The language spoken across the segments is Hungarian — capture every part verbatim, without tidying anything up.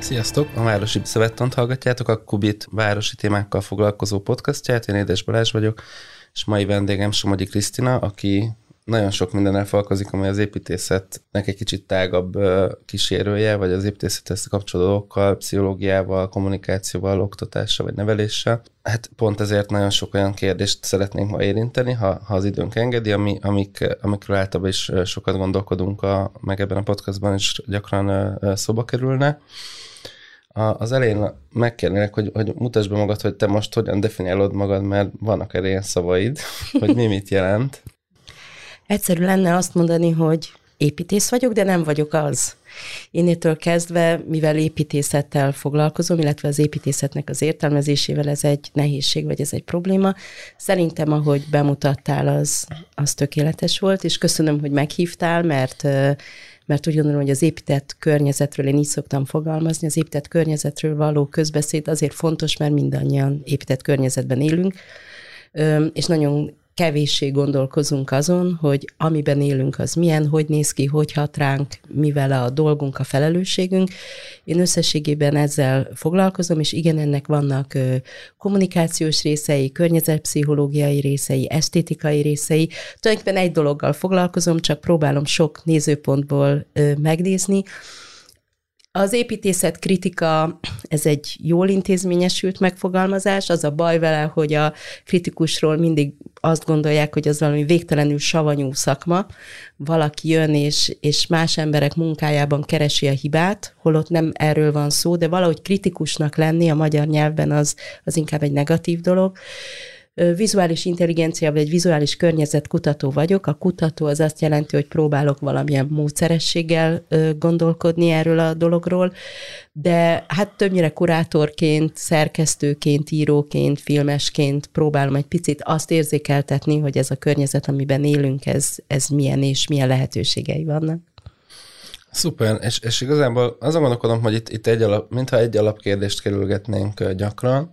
Sziasztok! A Városi Szövettont hallgatjátok, a Kubit városi témákkal foglalkozó podcastját. Én Édes Balázs vagyok, és mai vendégem Somogyi Krisztina, aki nagyon sok mindennel foglalkozik, amely az építészetnek egy kicsit tágabb kísérője, vagy az építészethez kapcsolódó dolgokkal, pszichológiával, kommunikációval, oktatással vagy neveléssel. Hát pont ezért nagyon sok olyan kérdést szeretnénk ma érinteni, ha, ha az időnk engedi, ami, amik, amikről általában is sokat gondolkodunk, a, meg ebben a podcastban is gyakran szóba kerülne. Az elején megkérnélek, hogy, hogy mutasd be magad, hogy te most hogyan definiálod magad, mert vannak erre ilyen szavaid, hogy mi mit jelent. Egyszerű lenne azt mondani, hogy építész vagyok, de nem vagyok az. Énnétől kezdve, mivel építészettel foglalkozom, illetve az építészetnek az értelmezésével ez egy nehézség, vagy ez egy probléma. Szerintem, ahogy bemutattál, az, az tökéletes volt, és köszönöm, hogy meghívtál, mert, mert úgy gondolom, hogy az épített környezetről, én így szoktam fogalmazni, az épített környezetről való közbeszéd azért fontos, mert mindannyian épített környezetben élünk, és nagyon kevéssé gondolkozunk azon, hogy amiben élünk, az milyen, hogy néz ki, hogy hat ránk, mivel a dolgunk, a felelősségünk. Én összességében ezzel foglalkozom, és igen, ennek vannak kommunikációs részei, környezetpszichológiai részei, esztétikai részei. Tulajdonképpen egy dologgal foglalkozom, csak próbálom sok nézőpontból megnézni. Az építészet kritika, ez egy jól intézményesült megfogalmazás, az a baj vele, hogy a kritikusról mindig azt gondolják, hogy az valami végtelenül savanyú szakma, valaki jön és, és más emberek munkájában keresi a hibát, holott nem erről van szó, de valahogy kritikusnak lenni a magyar nyelvben az, az inkább egy negatív dolog. Vizuális intelligencia, vagy egy vizuális környezetkutató vagyok. A kutató az azt jelenti, hogy próbálok valamilyen módszerességgel gondolkodni erről a dologról, de hát többnyire kurátorként, szerkesztőként, íróként, filmesként próbálom egy picit azt érzékeltetni, hogy ez a környezet, amiben élünk, ez, ez milyen és milyen lehetőségei vannak. Szuper, és, és igazából azon gondolkodom, hogy itt, itt egy alap, mintha egy alapkérdést kerülgetnénk gyakran,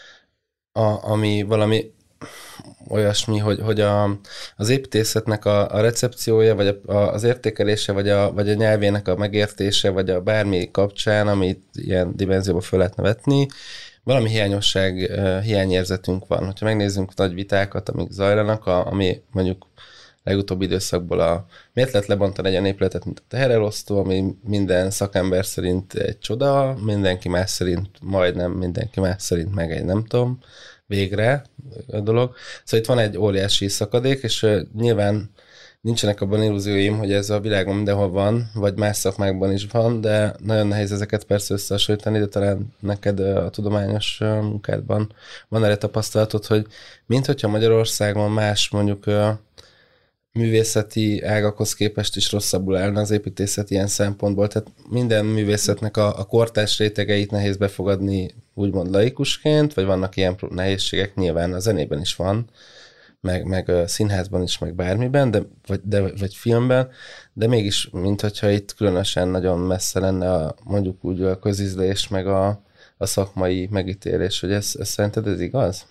A, ami valami olyasmi, hogy, hogy a, az építészetnek a, a recepciója, vagy a, a, az értékelése, vagy a, vagy a nyelvének a megértése, vagy a bármi kapcsán, amit ilyen dimenzióba föl lehetne vetni, valami hiányosság, hiányérzetünk van. Hogyha megnézzünk nagy vitákat, amik zajlanak, a, ami mondjuk legutóbbi időszakból a miért lehet lebontani egy olyan épületet, mint a teherelosztó, ami minden szakember szerint egy csoda, mindenki más szerint majdnem, mindenki más szerint meg egy nem tudom, végre a dolog. Szóval itt van egy óriási szakadék, és uh, nyilván nincsenek abban illúzióim, hogy ez a világon mindenhol van, vagy más szakmákban is van, de nagyon nehéz ezeket persze összehasonlítani, de talán neked uh, a tudományos uh, munkádban van erre tapasztalatod, hogy minthogyha Magyarországon más mondjuk uh, művészeti ágakhoz képest is rosszabbul állna az építészet ilyen szempontból. Tehát minden művészetnek a, a kortárs rétegeit nehéz befogadni úgymond laikusként, vagy vannak ilyen nehézségek, nyilván a zenében is van, meg, meg a színházban is, meg bármiben, de, vagy, de, vagy filmben, de mégis, minthogyha itt különösen nagyon messze lenne a, mondjuk úgy a közízlés, meg a, a szakmai megítélés, hogy ez, ez szerinted ez igaz?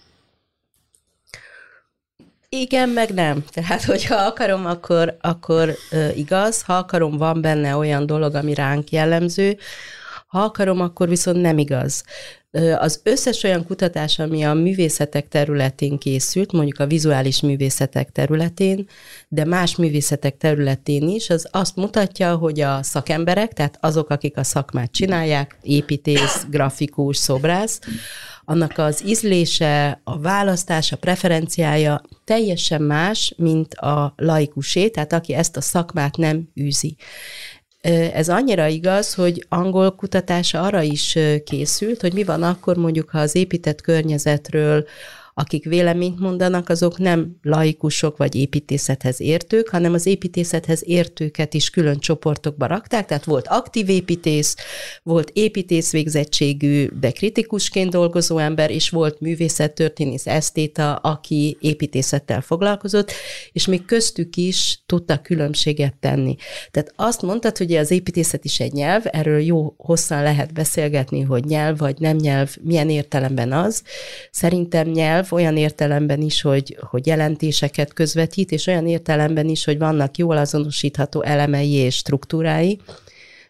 Igen, meg nem. Tehát, hogyha akarom, akkor, akkor uh, igaz, ha akarom, van benne olyan dolog, ami ránk jellemző, ha akarom, akkor viszont nem igaz. Uh, az összes olyan kutatás, ami a művészetek területén készült, mondjuk a vizuális művészetek területén, de más művészetek területén is, az azt mutatja, hogy a szakemberek, tehát azok, akik a szakmát csinálják, építész, grafikus, szobrász, annak az ízlése, a választás, a preferenciája teljesen más, mint a laikusé, tehát aki ezt a szakmát nem űzi. Ez annyira igaz, hogy angol kutatása arra is készült, hogy mi van akkor mondjuk, ha az épített környezetről, akik véleményt mondanak, azok nem laikusok vagy építészethez értők, hanem az építészethez értőket is külön csoportokba rakták, tehát volt aktív építész, volt építész végzettségű, de kritikusként dolgozó ember, és volt művészettörténész, esztéta, aki építészettel foglalkozott, és még köztük is tudtak különbséget tenni. Tehát azt mondtad, hogy az építészet is egy nyelv, erről jó hosszan lehet beszélgetni, hogy nyelv vagy nem nyelv, milyen értelemben az. Szerintem nyelv olyan értelemben is, hogy, hogy jelentéseket közvetít, és olyan értelemben is, hogy vannak jól azonosítható elemei és struktúrái.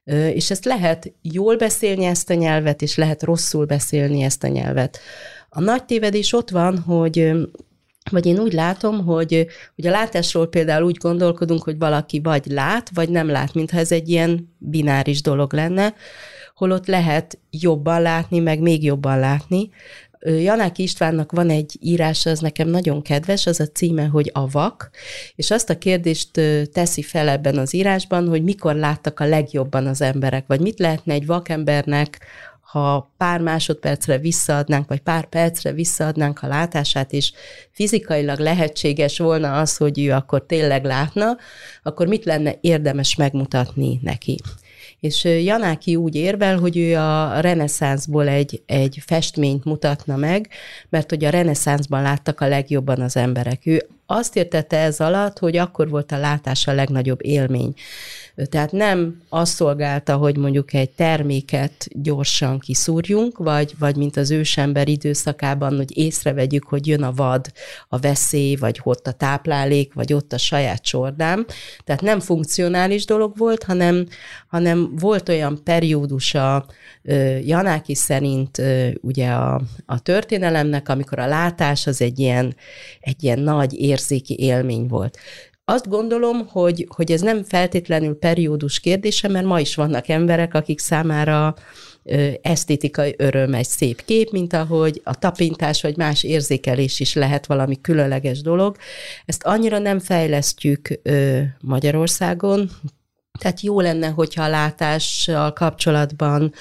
És ezt lehet jól beszélni ezt a nyelvet, és lehet rosszul beszélni ezt a nyelvet. A nagy tévedés ott van, hogy vagy én úgy látom, hogy, hogy a látásról például úgy gondolkodunk, hogy valaki vagy lát, vagy nem lát, mintha ez egy ilyen bináris dolog lenne, holott lehet jobban látni, meg még jobban látni. Janáki Istvánnak van egy írása, az nekem nagyon kedves, az a címe, hogy A vak, és azt a kérdést teszi fel ebben az írásban, hogy mikor láttak a legjobban az emberek, vagy mit lehetne egy vakembernek, ha pár másodpercre visszaadnánk, vagy pár percre visszaadnánk a látását, és fizikailag lehetséges volna az, hogy ő akkor tényleg látna, akkor mit lenne érdemes megmutatni neki. És Janáki úgy érvel, hogy ő a reneszánszból egy, egy festményt mutatna meg, mert hogy a reneszánszban láttak a legjobban az emberek. Ő azt értette ez alatt, hogy akkor volt a látás a legnagyobb élmény. Tehát nem azt szolgálta, hogy mondjuk egy terméket gyorsan kiszúrjunk, vagy, vagy mint az ősember időszakában, hogy észrevegyük, hogy jön a vad, a veszély, vagy ott a táplálék, vagy ott a saját csordám. Tehát nem funkcionális dolog volt, hanem, hanem volt olyan periódusa Janáki szerint ugye a, a történelemnek, amikor a látás az egy ilyen, egy ilyen nagy érzéki élmény volt. Azt gondolom, hogy, hogy ez nem feltétlenül periódus kérdése, mert ma is vannak emberek, akik számára esztétikai öröm egy szép kép, mint ahogy a tapintás vagy más érzékelés is lehet valami különleges dolog. Ezt annyira nem fejlesztjük Magyarországon, tehát jó lenne, hogyha a látással kapcsolatban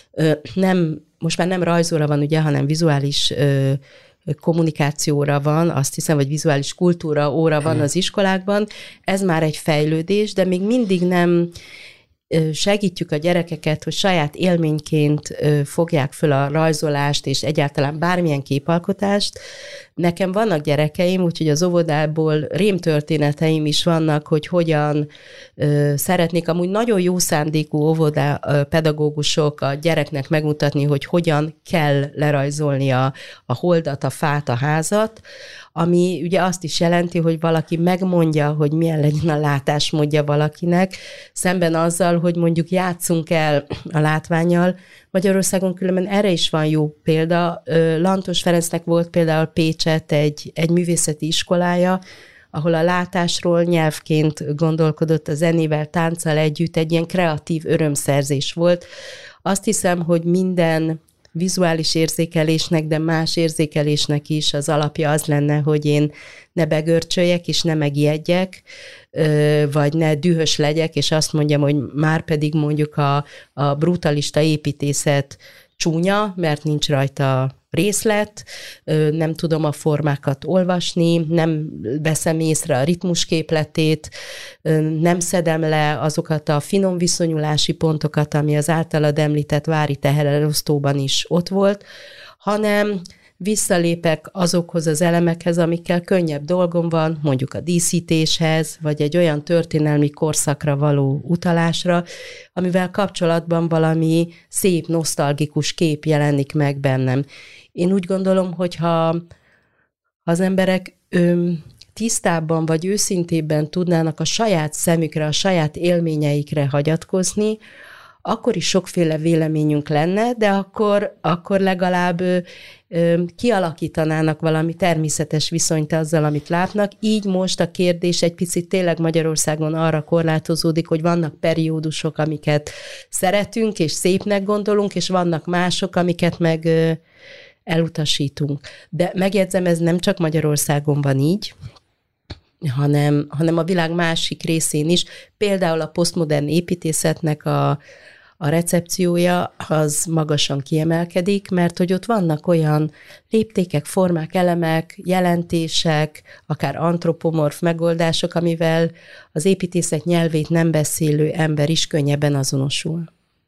nem, most már nem rajzóra van, ugye, hanem vizuális kommunikációra van, azt hiszem, vagy vizuális kultúra óra van az iskolákban. Ez már egy fejlődés, de még mindig nem segítjük a gyerekeket, hogy saját élményként fogják föl a rajzolást, és egyáltalán bármilyen képalkotást. Nekem vannak gyerekeim, úgyhogy az óvodából rémtörténeteim is vannak, hogy hogyan ö, szeretnék amúgy nagyon jó szándékú óvodá ö, pedagógusok a gyereknek megmutatni, hogy hogyan kell lerajzolni a, a holdat, a fát, a házat, ami ugye azt is jelenti, hogy valaki megmondja, hogy milyen legyen a látásmódja valakinek, szemben azzal, hogy mondjuk játszunk el a látvánnyal. Magyarországon különben erre is van jó példa. Lantos Ferencnek volt például Pécsett egy, egy művészeti iskolája, ahol a látásról nyelvként gondolkodott, a zenével, tánccal együtt, egy ilyen kreatív örömszerzés volt. Azt hiszem, hogy minden vizuális érzékelésnek, de más érzékelésnek is az alapja az lenne, hogy én ne begörcsöljek, és ne megijedjek, vagy ne dühös legyek, és azt mondjam, hogy már pedig mondjuk a, a brutalista építészet csúnya, mert nincs rajta részlet, nem tudom a formákat olvasni, nem veszem észre a ritmusképletét, nem szedem le azokat a finom viszonyulási pontokat, ami az általad említett vári teherelosztóban is ott volt, hanem visszalépek azokhoz az elemekhez, amikkel könnyebb dolgom van, mondjuk a díszítéshez, vagy egy olyan történelmi korszakra való utalásra, amivel kapcsolatban valami szép, nosztalgikus kép jelenik meg bennem. Én úgy gondolom, hogyha az emberek öm, tisztábban vagy őszintébben tudnának a saját szemükre, a saját élményeikre hagyatkozni, akkor is sokféle véleményünk lenne, de akkor, akkor legalább ö, ö, kialakítanának valami természetes viszonyt azzal, amit látnak. Így most a kérdés egy picit tényleg Magyarországon arra korlátozódik, hogy vannak periódusok, amiket szeretünk és szépnek gondolunk, és vannak mások, amiket meg ö, elutasítunk. De megjegyzem, ez nem csak Magyarországon van így, hanem, hanem a világ másik részén is. Például a posztmodern építészetnek a, a recepciója az magasan kiemelkedik, mert hogy ott vannak olyan léptékek, formák, elemek, jelentések, akár antropomorf megoldások, amivel az építészet nyelvét nem beszélő ember is könnyebben azonosul.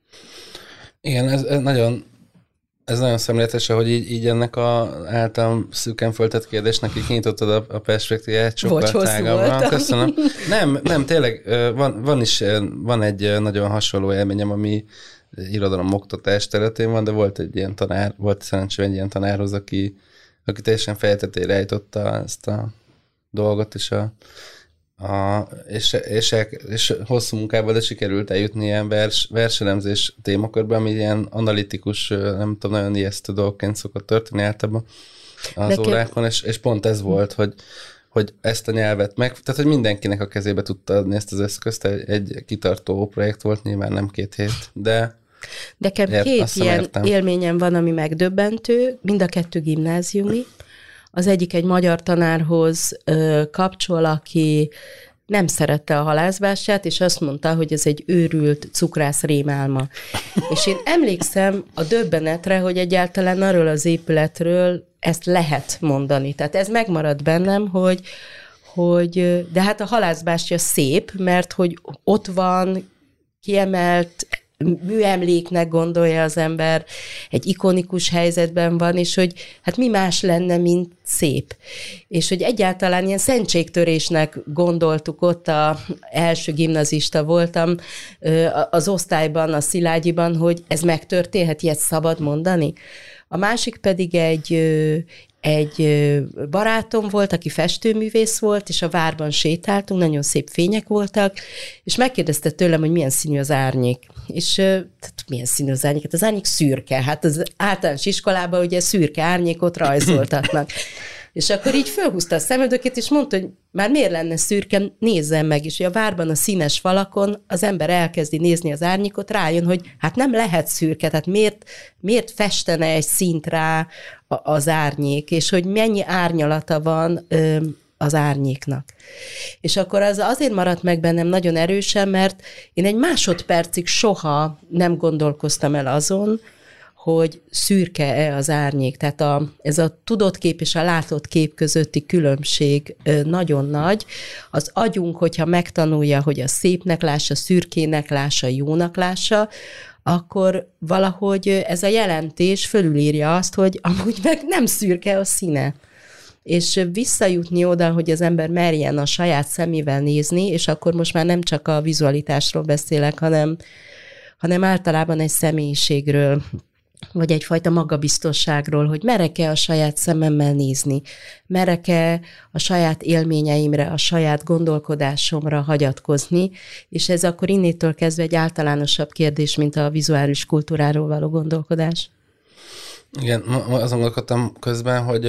Igen, ez, ez nagyon... Ez nagyon szemléletes, hogy így, így ennek a általam szűken föltett kérdésnek így kinyitottad a, a perspektívát sokkal tágabban. Köszönöm. Nem, nem, tényleg van, van is, van egy nagyon hasonló élményem, ami irodalom oktatás területén van, de volt egy ilyen tanár, volt szerencsém egy ilyen tanárhoz, aki, aki teljesen fejetetére állította ezt a dolgot, és a A, és, és, és hosszú munkával, de sikerült eljutni ilyen vers, verselemzés témakörben, ami ilyen analitikus, nem tudom, nagyon ijesztő dolgokként szokott történni általában az Nekem... órákon, és, és pont ez volt, hogy, hogy ezt a nyelvet meg, tehát hogy mindenkinek a kezébe tudta adni ezt az eszközt, egy, egy kitartó projekt volt, nyilván nem két hét, de Nekem ért, két ilyen értem. élményem van, ami megdöbbentő, mind a kettő gimnáziumi. Az egyik egy magyar tanárhoz ö, kapcsol, aki nem szerette a halászbástyát, és azt mondta, hogy ez egy őrült cukrász rémálma. És én emlékszem a döbbenetre, hogy egyáltalán arról az épületről ezt lehet mondani. Tehát ez megmaradt bennem, hogy, hogy de hát a halászbástya szép, mert hogy ott van kiemelt műemléknek gondolja az ember, egy ikonikus helyzetben van, és hogy hát mi más lenne, mint szép. És hogy egyáltalán ilyen szentségtörésnek gondoltuk, ott a első gimnazista voltam az osztályban, a Szilágyiban, hogy ez megtörténhet, ilyet szabad mondani. A másik pedig egy, egy barátom volt, aki festőművész volt, és a várban sétáltunk, nagyon szép fények voltak, és megkérdezte tőlem, hogy milyen színű az árnyék. És tehát milyen színű az árnyék? Hát az árnyék szürke. Hát az általános iskolában ugye szürke árnyékot rajzoltatnak. És akkor így fölhúzta a szemöldökét, és mondta, hogy már miért lenne szürke, nézzem meg. És a várban a színes falakon az ember elkezdi nézni az árnyékot, rájön, hogy hát nem lehet szürke, tehát miért, miért festene egy színt rá az árnyék, és hogy mennyi árnyalata van ö, az árnyéknak. És akkor az azért maradt meg bennem nagyon erősen, mert én egy másodpercig soha nem gondolkoztam el azon, hogy szürke-e az árnyék. Tehát a, ez a tudott kép és a látott kép közötti különbség nagyon nagy. Az agyunk, hogyha megtanulja, hogy a szépnek lássa, szürkének lássa, jónak lássa, akkor valahogy ez a jelentés fölülírja azt, hogy amúgy meg nem szürke a színe. És visszajutni oda, hogy az ember merjen a saját szemével nézni, és akkor most már nem csak a vizualitásról beszélek, hanem, hanem általában egy személyiségről, vagy egyfajta magabiztosságról, hogy merek-e a saját szememmel nézni, merek-e a saját élményeimre, a saját gondolkodásomra hagyatkozni, és ez akkor innétől kezdve egy általánosabb kérdés, mint a vizuális kultúráról való gondolkodás. Igen, azon gondolkodtam közben, hogy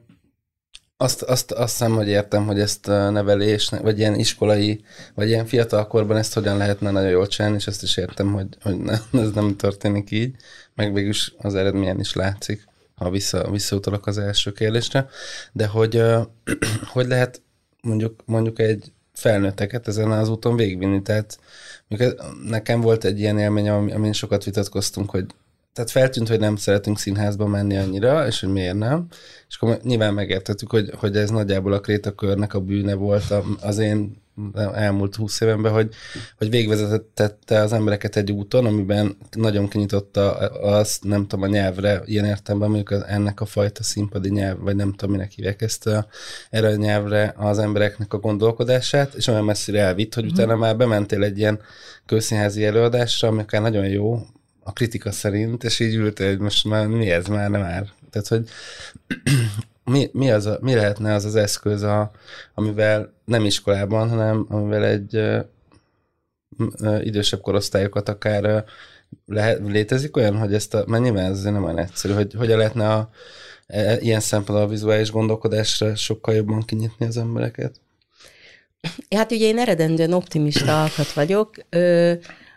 azt, azt, azt hiszem, hogy értem, hogy ezt nevelés, vagy ilyen iskolai, vagy ilyen fiatalkorban ezt hogyan lehetne nagyon jól csinálni, és ezt is értem, hogy, hogy nem, ez nem történik így, meg végülis az eredményen is látszik, ha vissza, visszautalok az első kérdésre, de hogy hogy lehet mondjuk, mondjuk egy felnőtteket ezen az úton végigvinni, tehát nekem volt egy ilyen élmény, amin sokat vitatkoztunk, hogy tehát feltűnt, hogy nem szeretünk színházba menni annyira, és hogy miért nem. És akkor nyilván megértettük, hogy, hogy ez nagyjából a krétakörnek a bűne volt az én elmúlt húsz évemben, hogy, hogy végigvezetette az embereket egy úton, amiben nagyon kinyitotta azt, nem tudom, a nyelvre, ilyen értelemben mondjuk ennek a fajta színpadi nyelv, vagy nem tudom, minek hívják ezt a, erre a nyelvre az embereknek a gondolkodását, és olyan messzire elvitt, hogy utána már bementél egy ilyen közszínházi előadásra, ami akár nagyon jó, a kritika szerint, és így ült, hogy most már mi ez, már nem már. Tehát, hogy mi, mi, az a, mi lehetne az az eszköz, a, amivel nem iskolában, hanem amivel egy ö, ö, idősebb korosztályokat akár ö, lehet, létezik olyan, hogy ezt a, mert nyilván ez nem olyan egyszerű, hogy hogyan lehetne a, e, ilyen szempontból a vizuális gondolkodásra sokkal jobban kinyitni az embereket? Hát ugye én eredendően optimista alkat vagyok. Ö,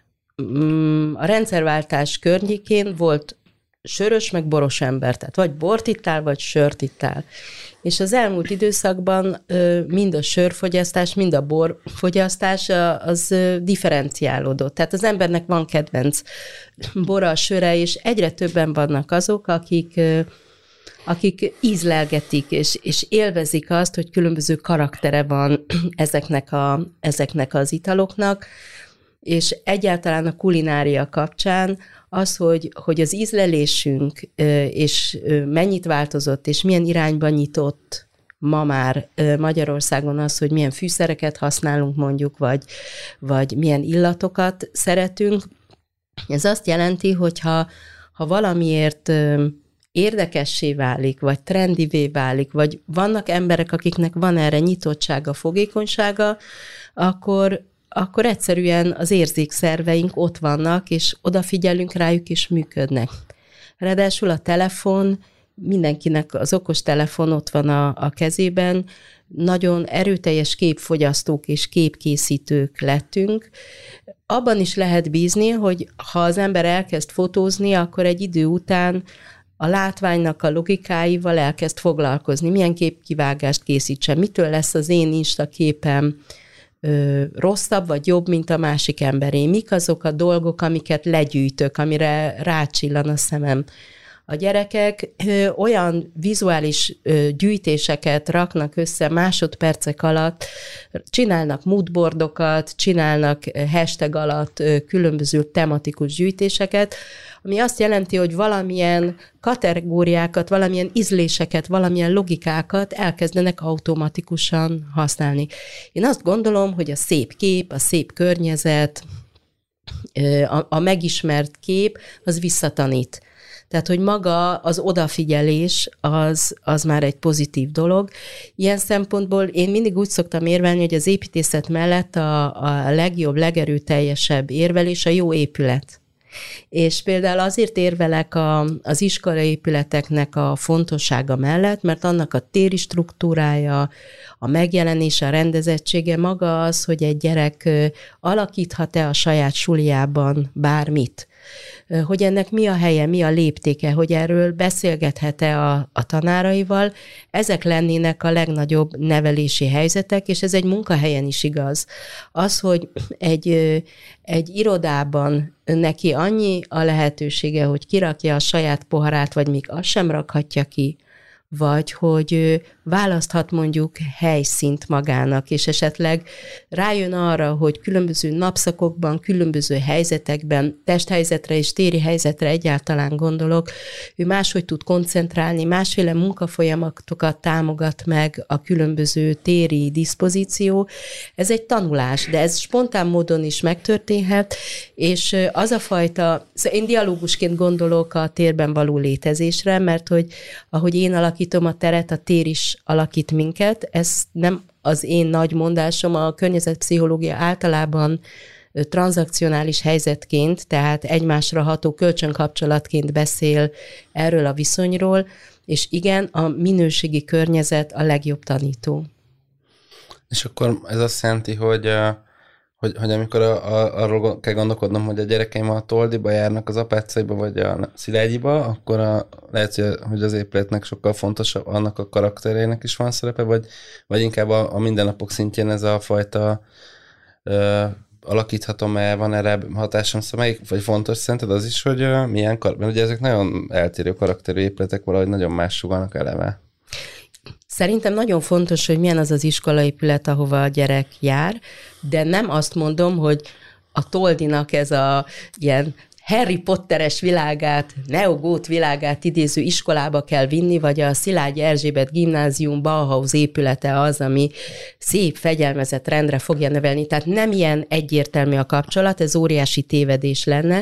A rendszerváltás környékén volt sörös, meg boros ember, tehát vagy bort ittál, vagy sört ittál. És az elmúlt időszakban mind a sörfogyasztás, mind a borfogyasztás az differenciálódott. Tehát az embernek van kedvenc bora, söre, és egyre többen vannak azok, akik, akik ízlelgetik, és, és élvezik azt, hogy különböző karaktere van ezeknek, a, ezeknek az italoknak, és egyáltalán a kulinária kapcsán az, hogy, hogy az ízlelésünk és mennyit változott, és milyen irányba nyitott ma már Magyarországon az, hogy milyen fűszereket használunk mondjuk, vagy, vagy milyen illatokat szeretünk. Ez azt jelenti, hogy ha, ha valamiért érdekessé válik, vagy trendivé válik, vagy vannak emberek, akiknek van erre nyitottsága, fogékonysága, akkor, akkor egyszerűen az érzékszerveink ott vannak, és odafigyelünk rájuk, és működnek. Ráadásul a telefon, mindenkinek az okos telefon ott van a, a kezében, nagyon erőteljes képfogyasztók és képkészítők lettünk. Abban is lehet bízni, hogy ha az ember elkezd fotózni, akkor egy idő után a látványnak a logikáival elkezd foglalkozni. Milyen képkivágást készítsen, mitől lesz az én Insta képem ö, rosszabb vagy jobb, mint a másik emberé. Mik azok a dolgok, amiket legyűjtök, amire rácsillan a szemem. A gyerekek ö, olyan vizuális ö, gyűjtéseket raknak össze másodpercek alatt, csinálnak moodboardokat, csinálnak hashtag alatt ö, különböző tematikus gyűjtéseket, ami azt jelenti, hogy valamilyen kategóriákat, valamilyen ízléseket, valamilyen logikákat elkezdenek automatikusan használni. Én azt gondolom, hogy a szép kép, a szép környezet, a, a megismert kép, az visszatanít. Tehát, hogy maga az odafigyelés az, az már egy pozitív dolog. Ilyen szempontból én mindig úgy szoktam érvelni, hogy az építészet mellett a, a legjobb, legerőteljesebb érvelés a jó épület. És például azért érvelek a, az iskolaépületeknek a fontossága mellett, mert annak a téri struktúrája, a megjelenése, a rendezettsége maga az, hogy egy gyerek alakíthat-e a saját suliában bármit. Hogy ennek mi a helye, mi a léptéke, hogy erről beszélgethet-e a, a tanáraival, ezek lennének a legnagyobb nevelési helyzetek, és ez egy munkahelyen is igaz. Az, hogy egy, egy irodában neki annyi a lehetősége, hogy kirakja a saját poharát, vagy még azt sem rakhatja ki, vagy hogy választhat mondjuk helyszínt magának, és esetleg rájön arra, hogy különböző napszakokban, különböző helyzetekben, testhelyzetre és téri helyzetre egyáltalán gondolok, ő máshogy tud koncentrálni, másféle munkafolyamatokat támogat meg a különböző téri diszpozíció. Ez egy tanulás, de ez spontán módon is megtörténhet, és az a fajta, én dialógusként gondolok a térben való létezésre, mert hogy ahogy én alakítom a teret, a tér is alakít minket. Ez nem az én nagy mondásom, a környezetpszichológia általában tranzakcionális helyzetként, tehát egymásra ható kölcsönkapcsolatként beszél erről a viszonyról, és igen, a minőségi környezet a legjobb tanító. És akkor ez azt jelenti, hogy Hogy, hogy amikor a, a, arról kell gondolkodnom, hogy a gyerekeim a Toldiba járnak, az Apácaiba vagy a Szilágyiba, akkor a, lehet, hogy az épületnek sokkal fontosabb, annak a karakterének is van szerepe, vagy, vagy inkább a, a mindennapok szintjén ez a fajta ö, alakíthatom-e, van erre hatásom, szóval melyik, vagy fontos szerinted az is, hogy ö, milyen, mert ugye ezek nagyon eltérő karakterű épületek, valahogy nagyon más sugalnak eleve. Szerintem nagyon fontos, hogy milyen az az iskolaépület, ahova a gyerek jár, de nem azt mondom, hogy a Toldinak ez a ilyen Harry Potteres világát, neogót világát idéző iskolába kell vinni, vagy a Szilágyi Erzsébet gimnázium Bauhaus épülete az, ami szép, fegyelmezett rendre fogja nevelni. Tehát nem ilyen egyértelmű a kapcsolat, ez óriási tévedés lenne.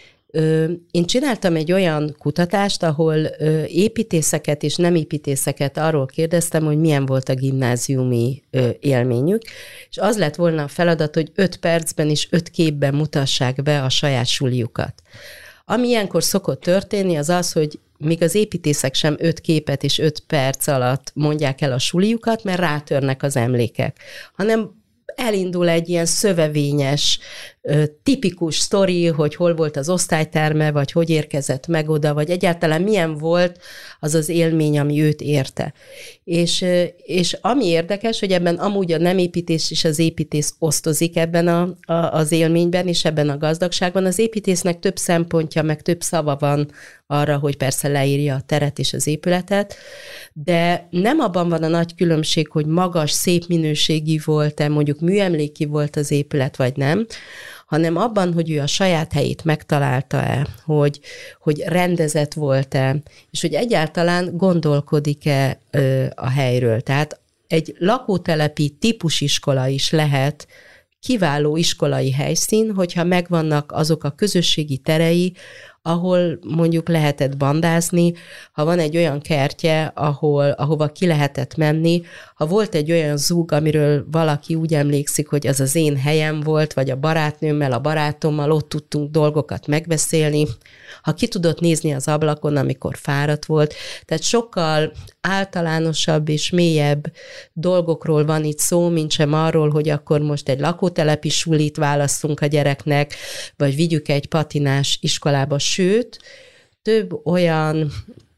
Én csináltam egy olyan kutatást, ahol építészeket és nem építészeket arról kérdeztem, hogy milyen volt a gimnáziumi élményük, és az lett volna a feladat, hogy öt percben és öt képben mutassák be a saját suliukat. Ami ilyenkor szokott történni, az az, hogy még az építészek sem öt képet és öt perc alatt mondják el a suliukat, mert rátörnek az emlékek, hanem elindul egy ilyen szövevényes, tipikus sztori, hogy hol volt az osztályterme, vagy hogy érkezett meg oda, vagy egyáltalán milyen volt az az élmény, ami őt érte. És, és ami érdekes, hogy ebben amúgy a nem építés és az építész osztozik ebben a, a, az élményben, és ebben a gazdagságban. Az építésznek több szempontja, meg több szava van arra, hogy persze leírja a teret és az épületet, de nem abban van a nagy különbség, hogy magas, szép minőségi volt-e, mondjuk műemléki volt az épület, vagy nem, hanem abban, hogy ő a saját helyét megtalálta-e, hogy, hogy rendezett volt-e, és hogy egyáltalán gondolkodik-e ö, a helyről. Tehát egy lakótelepi típusiskola is lehet kiváló iskolai helyszín, hogyha megvannak azok a közösségi terei, ahol mondjuk lehetett bandázni, ha van egy olyan kertje, ahol, ahova ki lehetett menni, ha volt egy olyan zúg, amiről valaki úgy emlékszik, hogy az az én helyem volt, vagy a barátnőmmel, a barátommal, ott tudtunk dolgokat megbeszélni, ha ki tudott nézni az ablakon, amikor fáradt volt. Tehát sokkal általánosabb és mélyebb dolgokról van itt szó, mint sem arról, hogy akkor most egy lakótelepi sulit válasszunk a gyereknek, vagy vigyük egy patinás iskolába, sőt, több olyan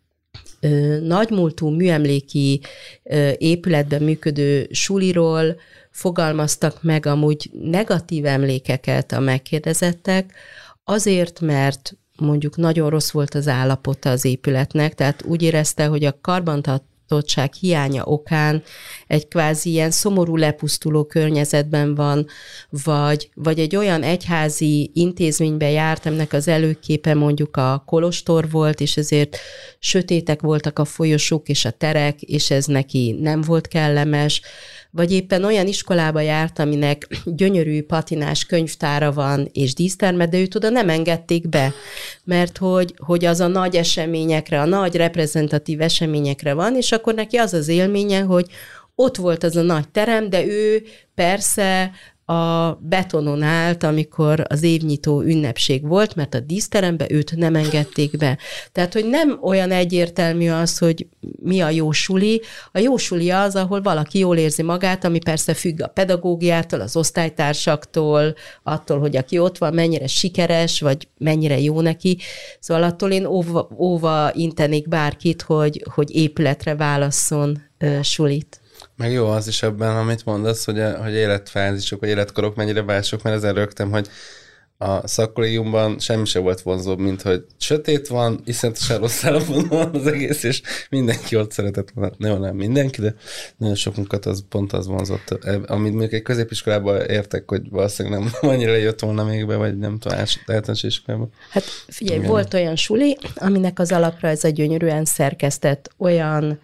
ö, nagymúltú műemléki ö, épületben működő suliról fogalmaztak meg amúgy negatív emlékeket a megkérdezettek, azért, mert mondjuk nagyon rossz volt az állapota az épületnek, tehát úgy érezte, hogy a karbantartottság hiánya okán egy kvázi ilyen szomorú, lepusztuló környezetben van, vagy, vagy egy olyan egyházi intézménybe járt, aminek az előképe mondjuk a kolostor volt, és ezért sötétek voltak a folyosók és a terek, és ez neki nem volt kellemes, vagy éppen olyan iskolába járt, aminek gyönyörű patinás könyvtára van, és díszterme, de őt oda nem engedték be, mert hogy, hogy az a nagy eseményekre, a nagy reprezentatív eseményekre van, és akkor neki az az élménye, hogy ott volt az a nagy terem, de ő persze a betonon állt, amikor az évnyitó ünnepség volt, mert a díszterembe őt nem engedték be. Tehát, hogy nem olyan egyértelmű az, hogy mi a jó suli. A jó suli az, ahol valaki jól érzi magát, ami persze függ a pedagógiától, az osztálytársaktól, attól, hogy aki ott van, mennyire sikeres, vagy mennyire jó neki. Szóval attól én óva, óva intenék bárkit, hogy, hogy épületre válasszon uh, sulit. Meg jó az is ebben, amit mondasz, hogy, a, hogy életfázisok, vagy életkorok mennyire mások, mert ezen rögtem, hogy a szakkollégiumban semmi sem volt vonzóbb, mint hogy sötét van, iszonyatosan rossz állapotban van az egész, és mindenki ott szeretett volna. Nagyon nem mindenki, de nagyon sokunkat az pont az vonzott. Amit mondjuk egy középiskolában értek, hogy valószínűleg nem annyira jött volna még be, vagy nem tudom, általános iskolában. Hát figyelj, igen. Volt olyan suli, aminek az alapra ez a gyönyörűen szerkesztett olyan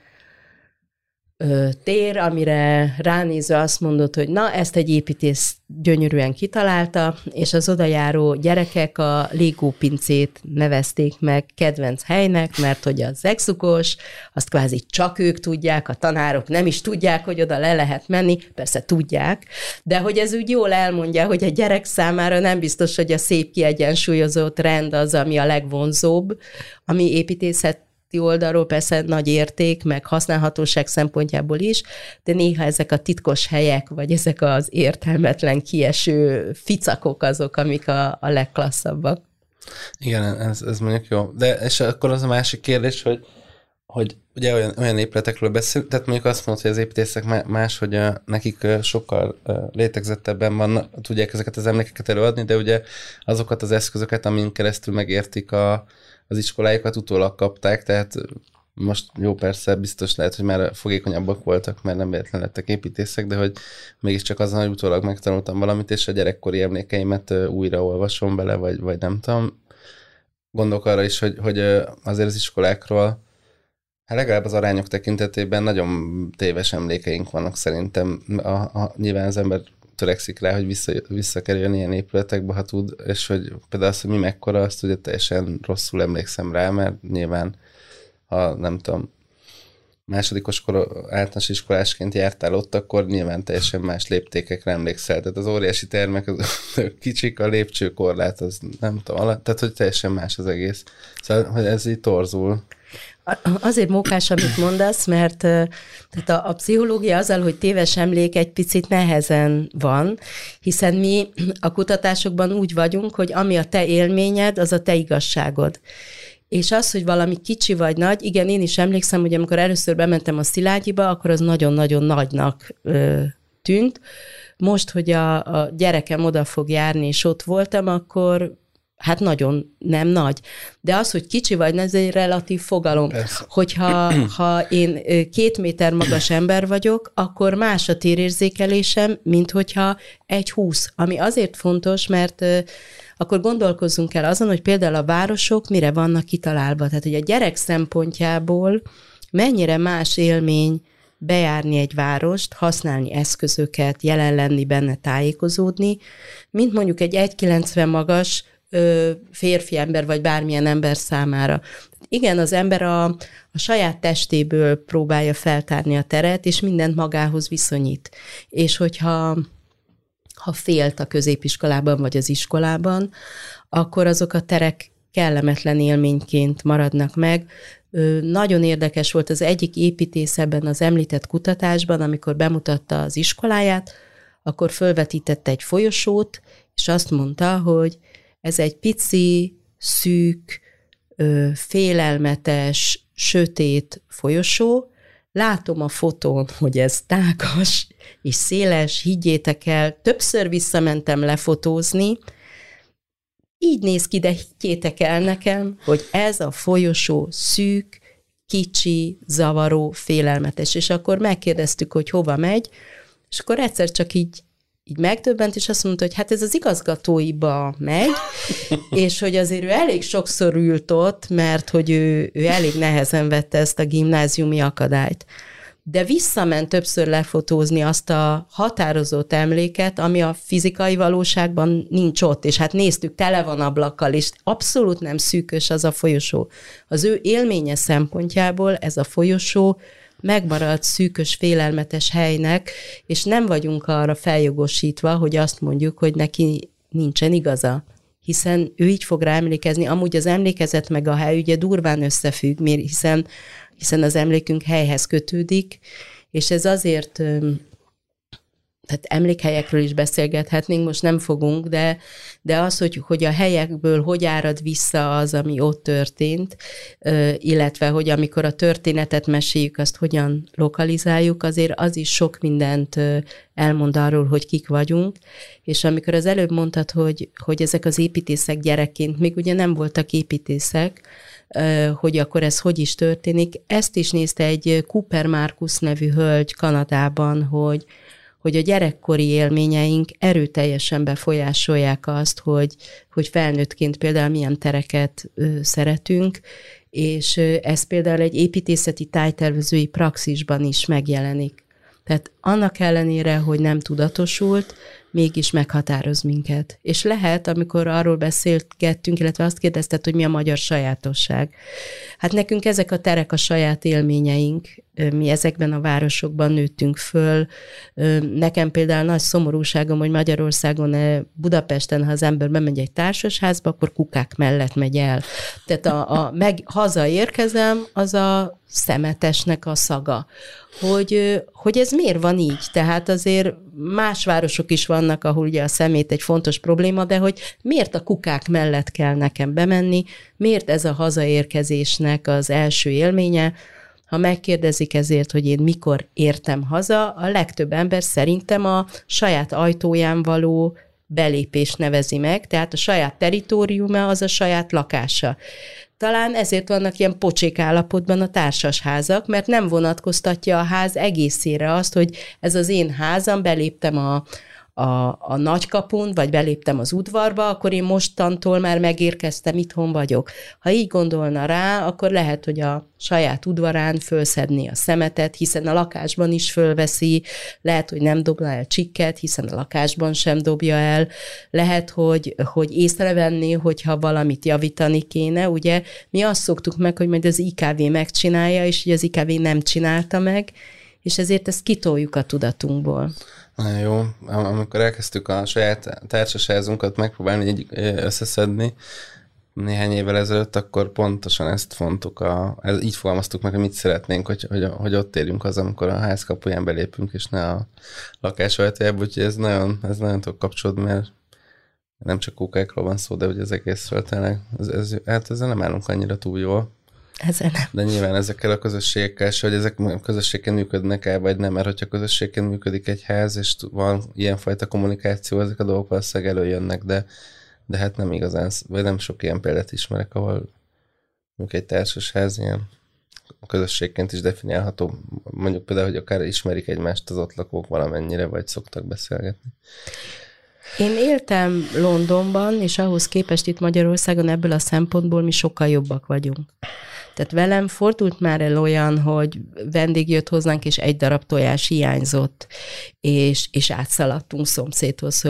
tér, amire ránézve azt mondod, hogy na, ezt egy építész gyönyörűen kitalálta, és az odajáró gyerekek a Lego pincét nevezték meg kedvenc helynek, mert hogy az exukos, azt kvázi csak ők tudják, a tanárok nem is tudják, hogy oda le lehet menni, persze tudják, de hogy ez úgy jól elmondja, hogy a gyerek számára nem biztos, hogy a szép kiegyensúlyozott rend az, ami a legvonzóbb, ami építészet oldalról persze nagy érték, meg használhatóság szempontjából is, de néha ezek a titkos helyek, vagy ezek az értelmetlen kieső ficakok azok, amik a, a legklasszabbak. Igen, ez, ez mondjuk jó. De és akkor az a másik kérdés, hogy, hogy ugye olyan, olyan épületekről beszélünk, tehát mondjuk azt mondod, hogy az építészek más, hogy a, nekik sokkal létegzettebben van, tudják ezeket az emlékeket előadni, de ugye azokat az eszközöket, amin keresztül megértik a az iskolájukat utólag kapták, tehát most jó, persze, biztos lehet, hogy már fogékonyabbak voltak, mert nem véletlenül lettek építészek, de hogy mégiscsak azon, hogy utólag megtanultam valamit, és a gyerekkori emlékeimet újra olvasom bele, vagy, vagy nem tudom. Gondolok arra is, hogy, hogy azért az iskolákról, hát legalább az arányok tekintetében nagyon téves emlékeink vannak szerintem. A, a, nyilván az ember törekszik rá, hogy vissza, visszakerüljön ilyen épületekbe, ha tud, és hogy például az, hogy mi mekkora, azt ugye teljesen rosszul emlékszem rá, mert nyilván, ha nem tudom, másodikos kor általános iskolásként jártál ott, akkor nyilván teljesen más léptékekre emlékszel. Tehát az óriási termek, az kicsik, a lépcsőkorlát, az nem tudom, alatt, tehát hogy teljesen más az egész. Szóval, hogy ez így torzul. Azért mókás, amit mondasz, mert tehát a, a pszichológia azzal, hogy téves emlék egy picit nehezen van, hiszen mi a kutatásokban úgy vagyunk, hogy ami a te élményed, az a te igazságod. És az, hogy valami kicsi vagy nagy, igen, én is emlékszem, hogy amikor először bementem a Szilágyiba, akkor az nagyon-nagyon nagynak ö, tűnt. Most, hogy a, a gyerekem oda fog járni, és ott voltam, akkor hát nagyon nem nagy. De az, hogy kicsi vagy, ez egy relatív fogalom. Persze. Hogyha ha én két méter magas ember vagyok, akkor más a térérzékelésem, mint hogyha egy húsz. Ami azért fontos, mert akkor gondolkozzunk el azon, hogy például a városok mire vannak kitalálva. Tehát, hogy a gyerek szempontjából mennyire más élmény bejárni egy várost, használni eszközöket, jelen lenni benne, tájékozódni, mint mondjuk egy egy kilencven magas férfi ember, vagy bármilyen ember számára. Igen, az ember a, a saját testéből próbálja feltárni a teret, és mindent magához viszonyít. És hogyha ha félt a középiskolában, vagy az iskolában, akkor azok a terek kellemetlen élményként maradnak meg. Nagyon érdekes volt az egyik építész ebben az említett kutatásban, amikor bemutatta az iskoláját, akkor fölvetítette egy folyosót, és azt mondta, hogy ez egy pici, szűk, félelmetes, sötét folyosó. Látom a fotón, hogy ez tágas és széles, higgyétek el, többször visszamentem lefotózni, így néz ki, de higgyétek el nekem, hogy ez a folyosó szűk, kicsi, zavaró, félelmetes. És akkor megkérdeztük, hogy hova megy, és akkor egyszer csak így, így megdöbbent, és azt mondta, hogy hát ez az igazgatóiba megy, és hogy azért ő elég sokszor ült ott, mert hogy ő, ő elég nehezen vette ezt a gimnáziumi akadályt. De visszament többször lefotózni azt a határozott emléket, ami a fizikai valóságban nincs ott, és hát néztük, tele van ablakkal, és abszolút nem szűkös az a folyosó. Az ő élménye szempontjából ez a folyosó megmaradt szűkös, félelmetes helynek, és nem vagyunk arra feljogosítva, hogy azt mondjuk, hogy neki nincsen igaza. Hiszen ő így fog rá emlékezni. Amúgy az emlékezet meg a hely ugye durván összefügg, hiszen, hiszen az emlékünk helyhez kötődik, és ez azért, tehát emlékhelyekről is beszélgethetnénk, most nem fogunk, de, de az, hogy, hogy a helyekből hogy árad vissza az, ami ott történt, illetve hogy amikor a történetet meséljük, azt hogyan lokalizáljuk, azért az is sok mindent elmond arról, hogy kik vagyunk, és amikor az előbb mondtad, hogy, hogy ezek az építészek gyerekként, még ugye nem voltak építészek, hogy akkor ez hogy is történik, ezt is nézte egy Cooper Marcus nevű hölgy Kanadában, hogy hogy a gyerekkori élményeink erőteljesen befolyásolják azt, hogy, hogy felnőttként például milyen tereket ö, szeretünk, és ö, ez például egy építészeti tájtervezői praxisban is megjelenik. Tehát annak ellenére, hogy nem tudatosult, mégis meghatároz minket. És lehet, amikor arról beszélgettünk, illetve azt kérdezted, hogy mi a magyar sajátosság. Hát nekünk ezek a terek a saját élményeink, mi ezekben a városokban nőttünk föl. Nekem például nagy szomorúságom, hogy Magyarországon, Budapesten, ha az ember bemegy egy társasházba, akkor kukák mellett megy el. Tehát a, a meg hazaérkezem, az a szemetesnek a szaga. Hogy, hogy ez miért van így? Tehát azért más városok is vannak, ahol ugye a szemét egy fontos probléma, de hogy miért a kukák mellett kell nekem bemenni, miért ez a hazaérkezésnek az első élménye? Ha megkérdezik ezért, hogy én mikor értem haza, a legtöbb ember szerintem a saját ajtóján való belépést nevezi meg, tehát a saját teritoriuma az a saját lakása. Talán ezért vannak ilyen pocsék állapotban a társasházak, mert nem vonatkoztatja a ház egészére azt, hogy ez az én házam, beléptem a, a, a nagykapun, vagy beléptem az udvarba, akkor én mostantól már megérkeztem, itthon vagyok. Ha így gondolna rá, akkor lehet, hogy a saját udvarán fölszedni a szemetet, hiszen a lakásban is fölveszi, lehet, hogy nem dobna el csikket, hiszen a lakásban sem dobja el, lehet, hogy, hogy észrevenni, hogyha valamit javítani kéne, ugye mi azt szoktuk meg, hogy majd az i ká vé megcsinálja, és hogy az i ká vé nem csinálta meg, és ezért ezt kitoljuk a tudatunkból. Nagyon jó. Amikor elkezdtük a saját társasházunkat megpróbálni így összeszedni néhány évvel ezelőtt, akkor pontosan ezt fontuk, a, ez, így fogalmaztuk meg, hogy mit szeretnénk, hogy, hogy, hogy ott érjünk az, amikor a ház kapuján belépünk, és ne a lakás ajtajába, úgyhogy ez nagyon, ez nagyon tud kapcsolódni, mert nem csak kukákról van szó, de hogy az egészről tényleg, ez, ez, hát ezzel nem állunk annyira túl jól. Ezzel nem. De nyilván ezekkel a közösségekkel, hogy ezek közösségként működnek el, vagy nem, mert hogyha közösségként működik egy ház, és van ilyenfajta kommunikáció, ezek a dolgok valószínűleg előjönnek, de, de hát nem igazán, vagy nem sok ilyen példát ismerek, ahol mondjuk egy társasház ilyen közösségként is definiálható, mondjuk például, hogy akár ismerik egymást az ott lakók valamennyire, vagy szoktak beszélgetni. Én éltem Londonban, és ahhoz képest itt Magyarországon ebből a szempontból mi sokkal jobbak vagyunk. Tehát velem fordult már el olyan, hogy vendég jött hozzánk, és egy darab tojás hiányzott, és, és átszaladtunk szomszédhoz, hogy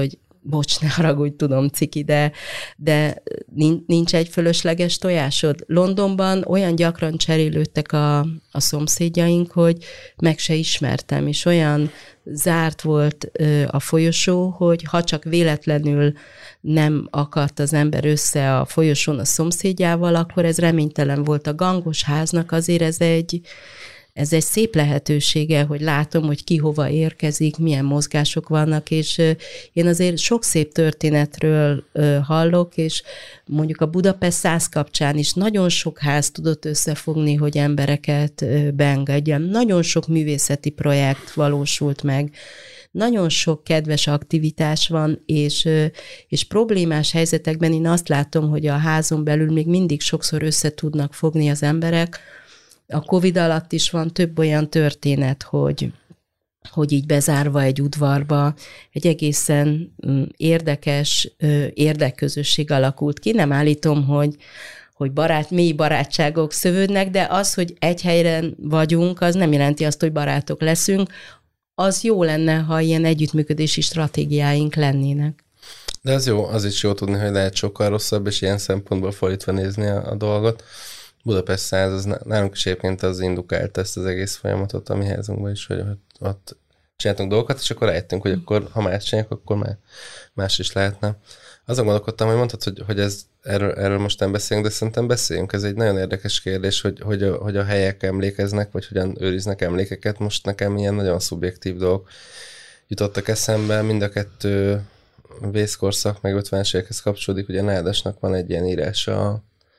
bocs, ne haragudj, tudom, ciki, de, de nincs egy fölösleges tojásod. Londonban olyan gyakran cserélődtek a, a szomszédjaink, hogy meg se ismertem, és olyan zárt volt a folyosó, hogy ha csak véletlenül nem akadt az ember össze a folyosón a szomszédjával, akkor ez reménytelen volt. A gangos háznak azért ez egy Ez egy szép lehetősége, hogy látom, hogy ki hova érkezik, milyen mozgások vannak, és én azért sok szép történetről hallok, és mondjuk a Budapest száz kapcsán is nagyon sok ház tudott összefogni, hogy embereket beengedjen. Nagyon sok művészeti projekt valósult meg, nagyon sok kedves aktivitás van, és, és problémás helyzetekben én azt látom, hogy a házon belül még mindig sokszor össze tudnak fogni az emberek. A Covid alatt is van több olyan történet, hogy, hogy így bezárva egy udvarba egy egészen érdekes érdekközösség alakult ki. Nem állítom, hogy, hogy barát, mély barátságok szövődnek, de az, hogy egy helyen vagyunk, az nem jelenti azt, hogy barátok leszünk. Az jó lenne, ha ilyen együttműködési stratégiáink lennének. De az jó, az is jó tudni, hogy lehet sokkal rosszabb, és ilyen szempontból fordítva nézni a, a dolgot. Budapest száz, az nálunk is egyébként az indukált ezt az egész folyamatot a mi házunkban is, hogy ott, ott csináltunk dolgokat, és akkor rájöttünk, hogy akkor, ha más csináljuk, akkor már más is lehetne. Azon gondolkodtam, hogy mondtad, hogy, hogy ez, erről, erről most nem beszélünk, de szerintem beszéljünk. Ez egy nagyon érdekes kérdés, hogy, hogy, a, hogy a helyek emlékeznek, vagy hogyan őriznek emlékeket. Most nekem ilyen nagyon szubjektív dolgok jutottak eszembe. Mind a kettő vészkorszak, meg ötvenes évekhez kapcsolódik. Ugye Nádasnak van egy ilyen írása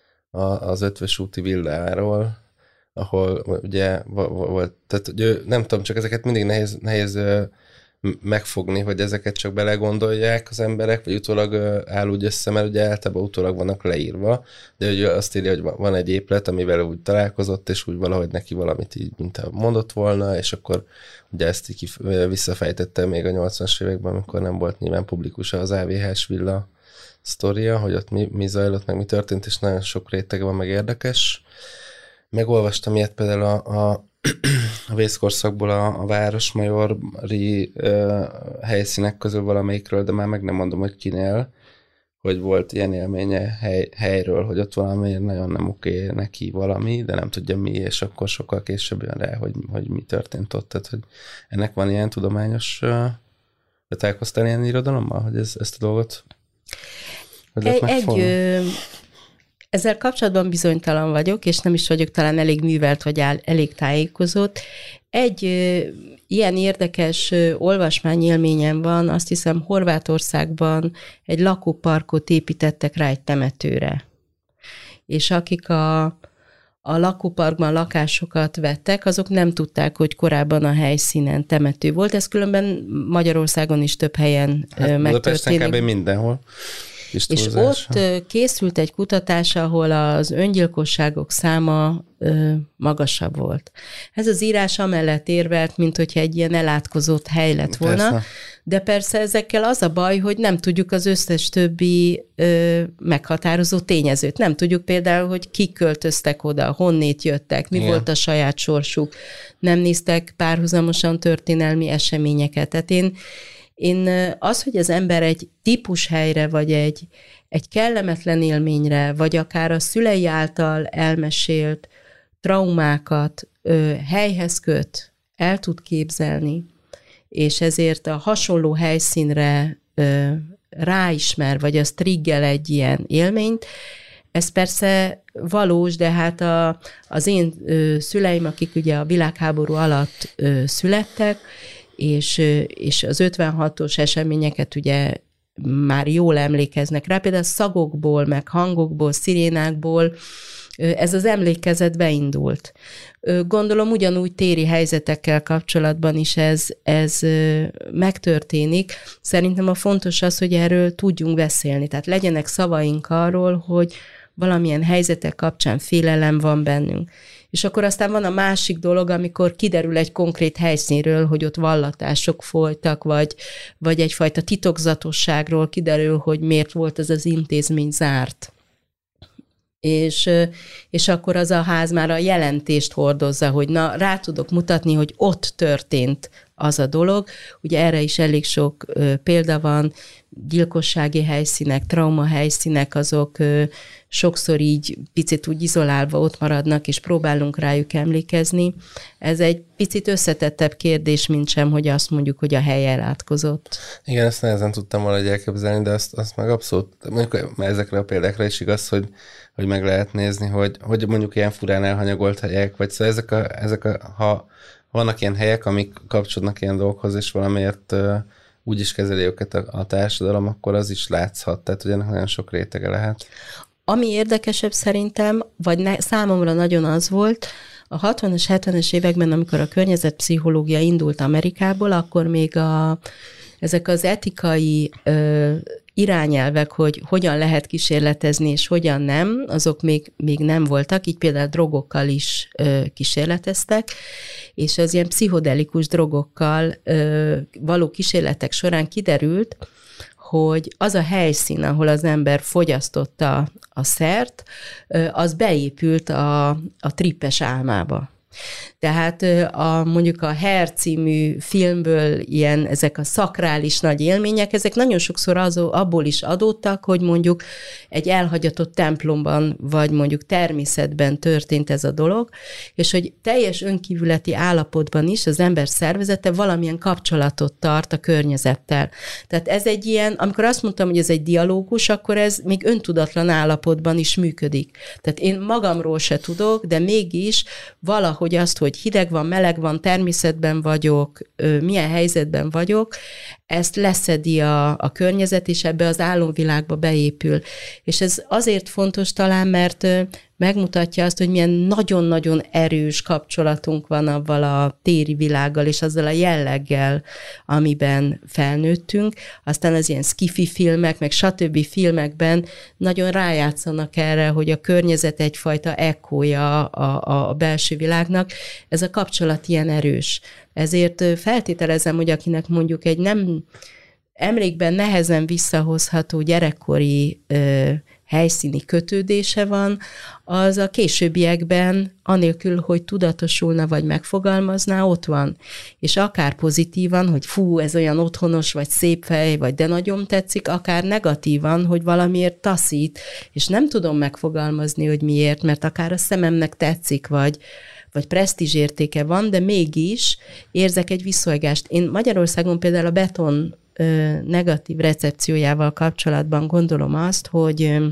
az Ötvös úti villáról, ahol ugye volt, tehát ugye, nem tudom, csak ezeket mindig nehéz, nehéz megfogni, hogy ezeket csak belegondolják az emberek, vagy utólag áll úgy össze, mert ugye általában utólag vannak leírva, de ugye azt írja, hogy van egy épület, amivel úgy találkozott, és úgy valahogy neki valamit így, mint mondott volna, és akkor ugye ezt így visszafejtette még a nyolcvanas években, amikor nem volt nyilván publikus az á vé hás villa sztoria, hogy ott mi, mi zajlott, meg mi történt, és nagyon sok réteg van, meg érdekes. Megolvastam ilyet például a, a, a vészkorszakból a, a városmajori ö, helyszínek közül valamelyikről, de már meg nem mondom, hogy kinél, hogy volt ilyen élménye hely, helyről, hogy ott valamiért nagyon nem oké neki valami, de nem tudja mi, és akkor sokkal később jön rá, hogy, hogy mi történt ott. Tehát, hogy ennek van ilyen tudományos, de találkoztál ilyen irodalommal, hogy ez, ezt a dolgot egy, egy ö, ezzel kapcsolatban bizonytalan vagyok, és nem is vagyok talán elég művelt, vagy áll, elég tájékozott. Egy ö, ilyen érdekes ö, olvasmányélményem van, azt hiszem Horvátországban egy lakóparkot építettek rá egy temetőre. És akik a, a lakóparkban lakásokat vettek, azok nem tudták, hogy korábban a helyszínen temető volt. Ez különben Magyarországon is több helyen hát, megtörténik. Budapesten kb. Mindenhol. És ott készült egy kutatás, ahol az öngyilkosságok száma ö, magasabb volt. Ez az írás amellett érvelt, mint hogyha egy ilyen elátkozott hely lett volna, persze. De persze ezekkel az a baj, hogy nem tudjuk az összes többi ö, meghatározó tényezőt. Nem tudjuk például, hogy kik költöztek oda, honnét jöttek, mi Igen. volt a saját sorsuk. Nem néztek párhuzamosan történelmi eseményeket. Tehát én Én az, hogy az ember egy típushelyre, vagy egy, egy kellemetlen élményre, vagy akár a szülei által elmesélt traumákat ö, helyhez köt, el tud képzelni, és ezért a hasonló helyszínre ö, ráismer, vagy az triggel egy ilyen élményt, ez persze valós, de hát a, az én ö, szüleim, akik ugye a világháború alatt ö, születtek, és, és az ötvenhatos eseményeket ugye már jól emlékeznek rá, például szagokból, meg hangokból, szirénákból ez az emlékezet beindult. Gondolom ugyanúgy téri helyzetekkel kapcsolatban is ez, ez megtörténik. Szerintem a fontos az, hogy erről tudjunk beszélni, tehát legyenek szavaink arról, hogy valamilyen helyzetek kapcsán félelem van bennünk. És akkor aztán van a másik dolog, amikor kiderül egy konkrét helyszínről, hogy ott vallatások folytak, vagy, vagy egyfajta titokzatosságról kiderül, hogy miért volt ez az intézmény zárt. És, és akkor az a ház már a jelentést hordozza, hogy na, rá tudok mutatni, hogy ott történt az a dolog. Ugye erre is elég sok ö, példa van, gyilkossági helyszínek, trauma helyszínek, azok ö, sokszor így picit úgy izolálva ott maradnak, és próbálunk rájuk emlékezni. Ez egy picit összetettebb kérdés, mint sem, hogy azt mondjuk, hogy a hely elátkozott. Igen, ezt nehezen tudtam valahogy elképzelni, de azt, azt meg abszolút, mondjuk ezekre a példákra is igaz, hogy, hogy meg lehet nézni, hogy, hogy mondjuk ilyen furán elhanyagolt helyek, vagy szóval ezek a, ezek a ha vannak ilyen helyek, amik kapcsolódnak ilyen dolgokhoz, és valamiért uh, úgy is kezeli őket a, a társadalom, akkor az is látszhat, tehát hogy ennek nagyon sok rétege lehet. Ami érdekesebb szerintem, vagy ne, számomra nagyon az volt, a hatvanas, hetvenes években, amikor a környezetpszichológia indult Amerikából, akkor még a, ezek az etikai ö, irányelvek, hogy hogyan lehet kísérletezni, és hogyan nem, azok még, még nem voltak, így például drogokkal is ö, kísérleteztek, és az ilyen pszichodelikus drogokkal ö, való kísérletek során kiderült, hogy az a helyszín, ahol az ember fogyasztotta a szert, az beépült a, a trippes álmába. Tehát a, mondjuk a Hair című filmből ilyen, ezek a szakrális nagy élmények, ezek nagyon sokszor az, abból is adódtak, hogy mondjuk egy elhagyatott templomban, vagy mondjuk természetben történt ez a dolog, és hogy teljes önkívületi állapotban is az ember szervezete valamilyen kapcsolatot tart a környezettel. Tehát ez egy ilyen, amikor azt mondtam, hogy ez egy dialógus, akkor ez még öntudatlan állapotban is működik. Tehát én magamról se tudok, de mégis valahogy azt, hogy hideg van, meleg van, természetben vagyok, milyen helyzetben vagyok, ezt leszedi a, a környezet, és ebbe az álomvilágba beépül. És ez azért fontos talán, mert megmutatja azt, hogy milyen nagyon-nagyon erős kapcsolatunk van avval a téri világgal, és azzal a jelleggel, amiben felnőttünk. Aztán az ilyen sci-fi filmek, meg stb. Filmekben nagyon rájátszanak erre, hogy a környezet egyfajta ekkója a, a belső világnak. Ez a kapcsolat ilyen erős. Ezért feltételezem, hogy akinek mondjuk egy nem emlékben nehezen visszahozható gyerekkori ö, helyszíni kötődése van, az a későbbiekben, anélkül, hogy tudatosulna vagy megfogalmazná, ott van. És akár pozitívan, hogy fú, ez olyan otthonos, vagy szép fej, vagy de nagyon tetszik, akár negatívan, hogy valamiért taszít, és nem tudom megfogalmazni, hogy miért, mert akár a szememnek tetszik, vagy vagy presztízsértéke van, de mégis érzek egy visszafolyást. Én Magyarországon például a beton ö, negatív recepciójával kapcsolatban gondolom azt, hogy, ö,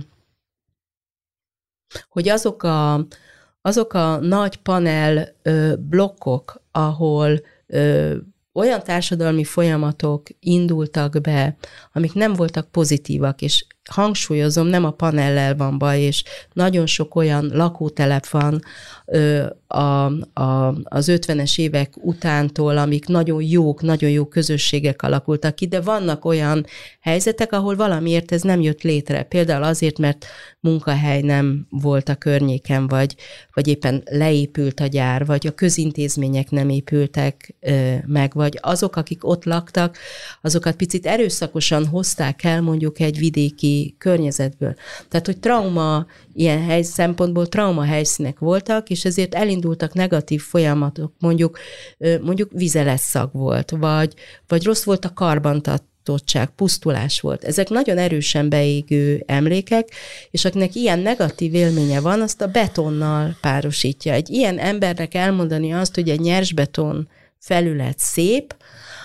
hogy azok a, azok a nagy panel ö, blokkok, ahol ö, olyan társadalmi folyamatok indultak be, amik nem voltak pozitívak, és hangsúlyozom, nem a panellel van baj, és nagyon sok olyan lakótelep van ö, a, a, az ötvenes évek utántól, amik nagyon jók, nagyon jó közösségek alakultak ki, de vannak olyan helyzetek, ahol valamiért ez nem jött létre. Például azért, mert munkahely nem volt a környéken, vagy, vagy éppen leépült a gyár, vagy a közintézmények nem épültek ö, meg, vagy azok, akik ott laktak, azokat picit erőszakosan hozták el mondjuk egy vidéki környezetből. Tehát, hogy trauma, ilyen hely, szempontból trauma helyszínek voltak, és ezért elindultak negatív folyamatok, mondjuk, mondjuk vizelesszag volt, vagy, vagy rossz volt a karbantartottság, pusztulás volt. Ezek nagyon erősen beégő emlékek, és akinek ilyen negatív élménye van, azt a betonnal párosítja. Egy ilyen embernek elmondani azt, hogy egy nyersbeton felület szép,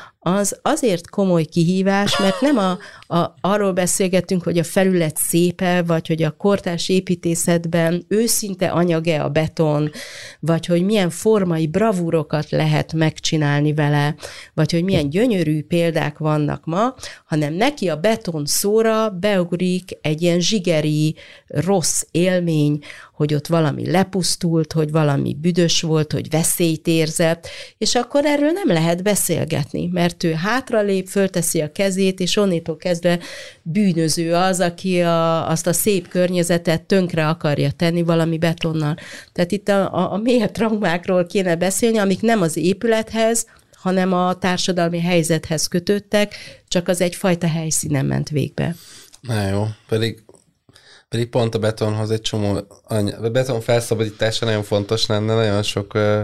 az azért komoly kihívás, mert nem a, a, arról beszélgettünk, hogy a felület szépe, vagy hogy a kortárs építészetben őszinte anyag-e a beton, vagy hogy milyen formai bravúrokat lehet megcsinálni vele, vagy hogy milyen gyönyörű példák vannak ma, hanem neki a beton szóra beugrik egy ilyen zsigeri, rossz élmény, hogy ott valami lepusztult, hogy valami büdös volt, hogy veszélyt érzett, és akkor erről nem lehet beszélgetni, mert ő hátralép, fölteszi a kezét, és onnétól kezdve bűnöző az, aki a, azt a szép környezetet tönkre akarja tenni valami betonnal. Tehát itt a, a, a mélyebb traumákról kéne beszélni, amik nem az épülethez, hanem a társadalmi helyzethez kötődtek, csak az egyfajta helyszínen ment végbe. Na jó, pedig Pedig pont a betonhoz egy csomó, a beton felszabadítása nagyon fontos lenne, nagyon sok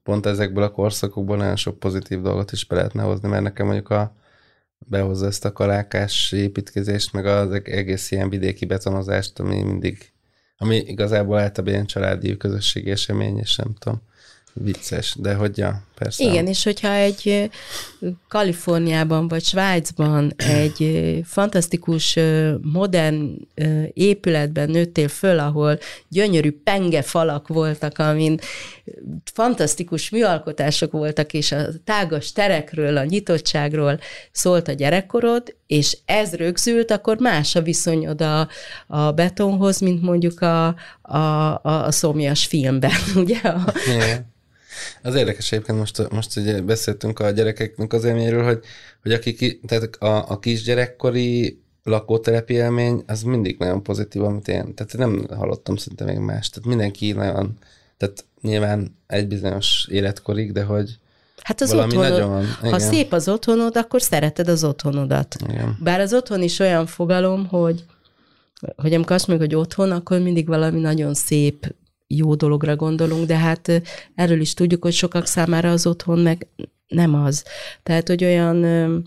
pont ezekből a korszakokból nagyon sok pozitív dolgot is be lehetne hozni, mert nekem mondjuk a behozza ezt a kalákás építkezést, meg az egész ilyen vidéki betonozást, ami mindig, ami igazából általában ilyen családi közösségi esemény, és nem tudom, vicces, de hogy ja, persze. Igen, és hogyha egy Kaliforniában vagy Svájcban egy fantasztikus, modern épületben nőttél föl, ahol gyönyörű penge falak voltak, amin fantasztikus műalkotások voltak, és a tágas terekről, a nyitottságról szólt a gyerekkorod, és ez rögzült, akkor más a viszonyod a, a betonhoz, mint mondjuk a, a, a, a szomjas filmben, ugye? A, igen. Az érdekes egyébként, most, most ugye beszéltünk a gyerekeknek az élményről, hogy, hogy akik, tehát a, a kisgyerekkori lakótelepi élmény, az mindig nagyon pozitív, amit én, tehát nem hallottam szinte még más. Tehát mindenki nagyon, tehát nyilván egy bizonyos életkorig, de hogy hát az otthonod, nagyon, ha igen. Szép az otthonod, akkor szereted az otthonodat. Igen. Bár az otthon is olyan fogalom, hogy, hogy amikor azt mondjuk, hogy otthon, akkor mindig valami nagyon szép, jó dologra gondolunk, de hát erről is tudjuk, hogy sokak számára az otthon meg nem az. Tehát, hogy olyan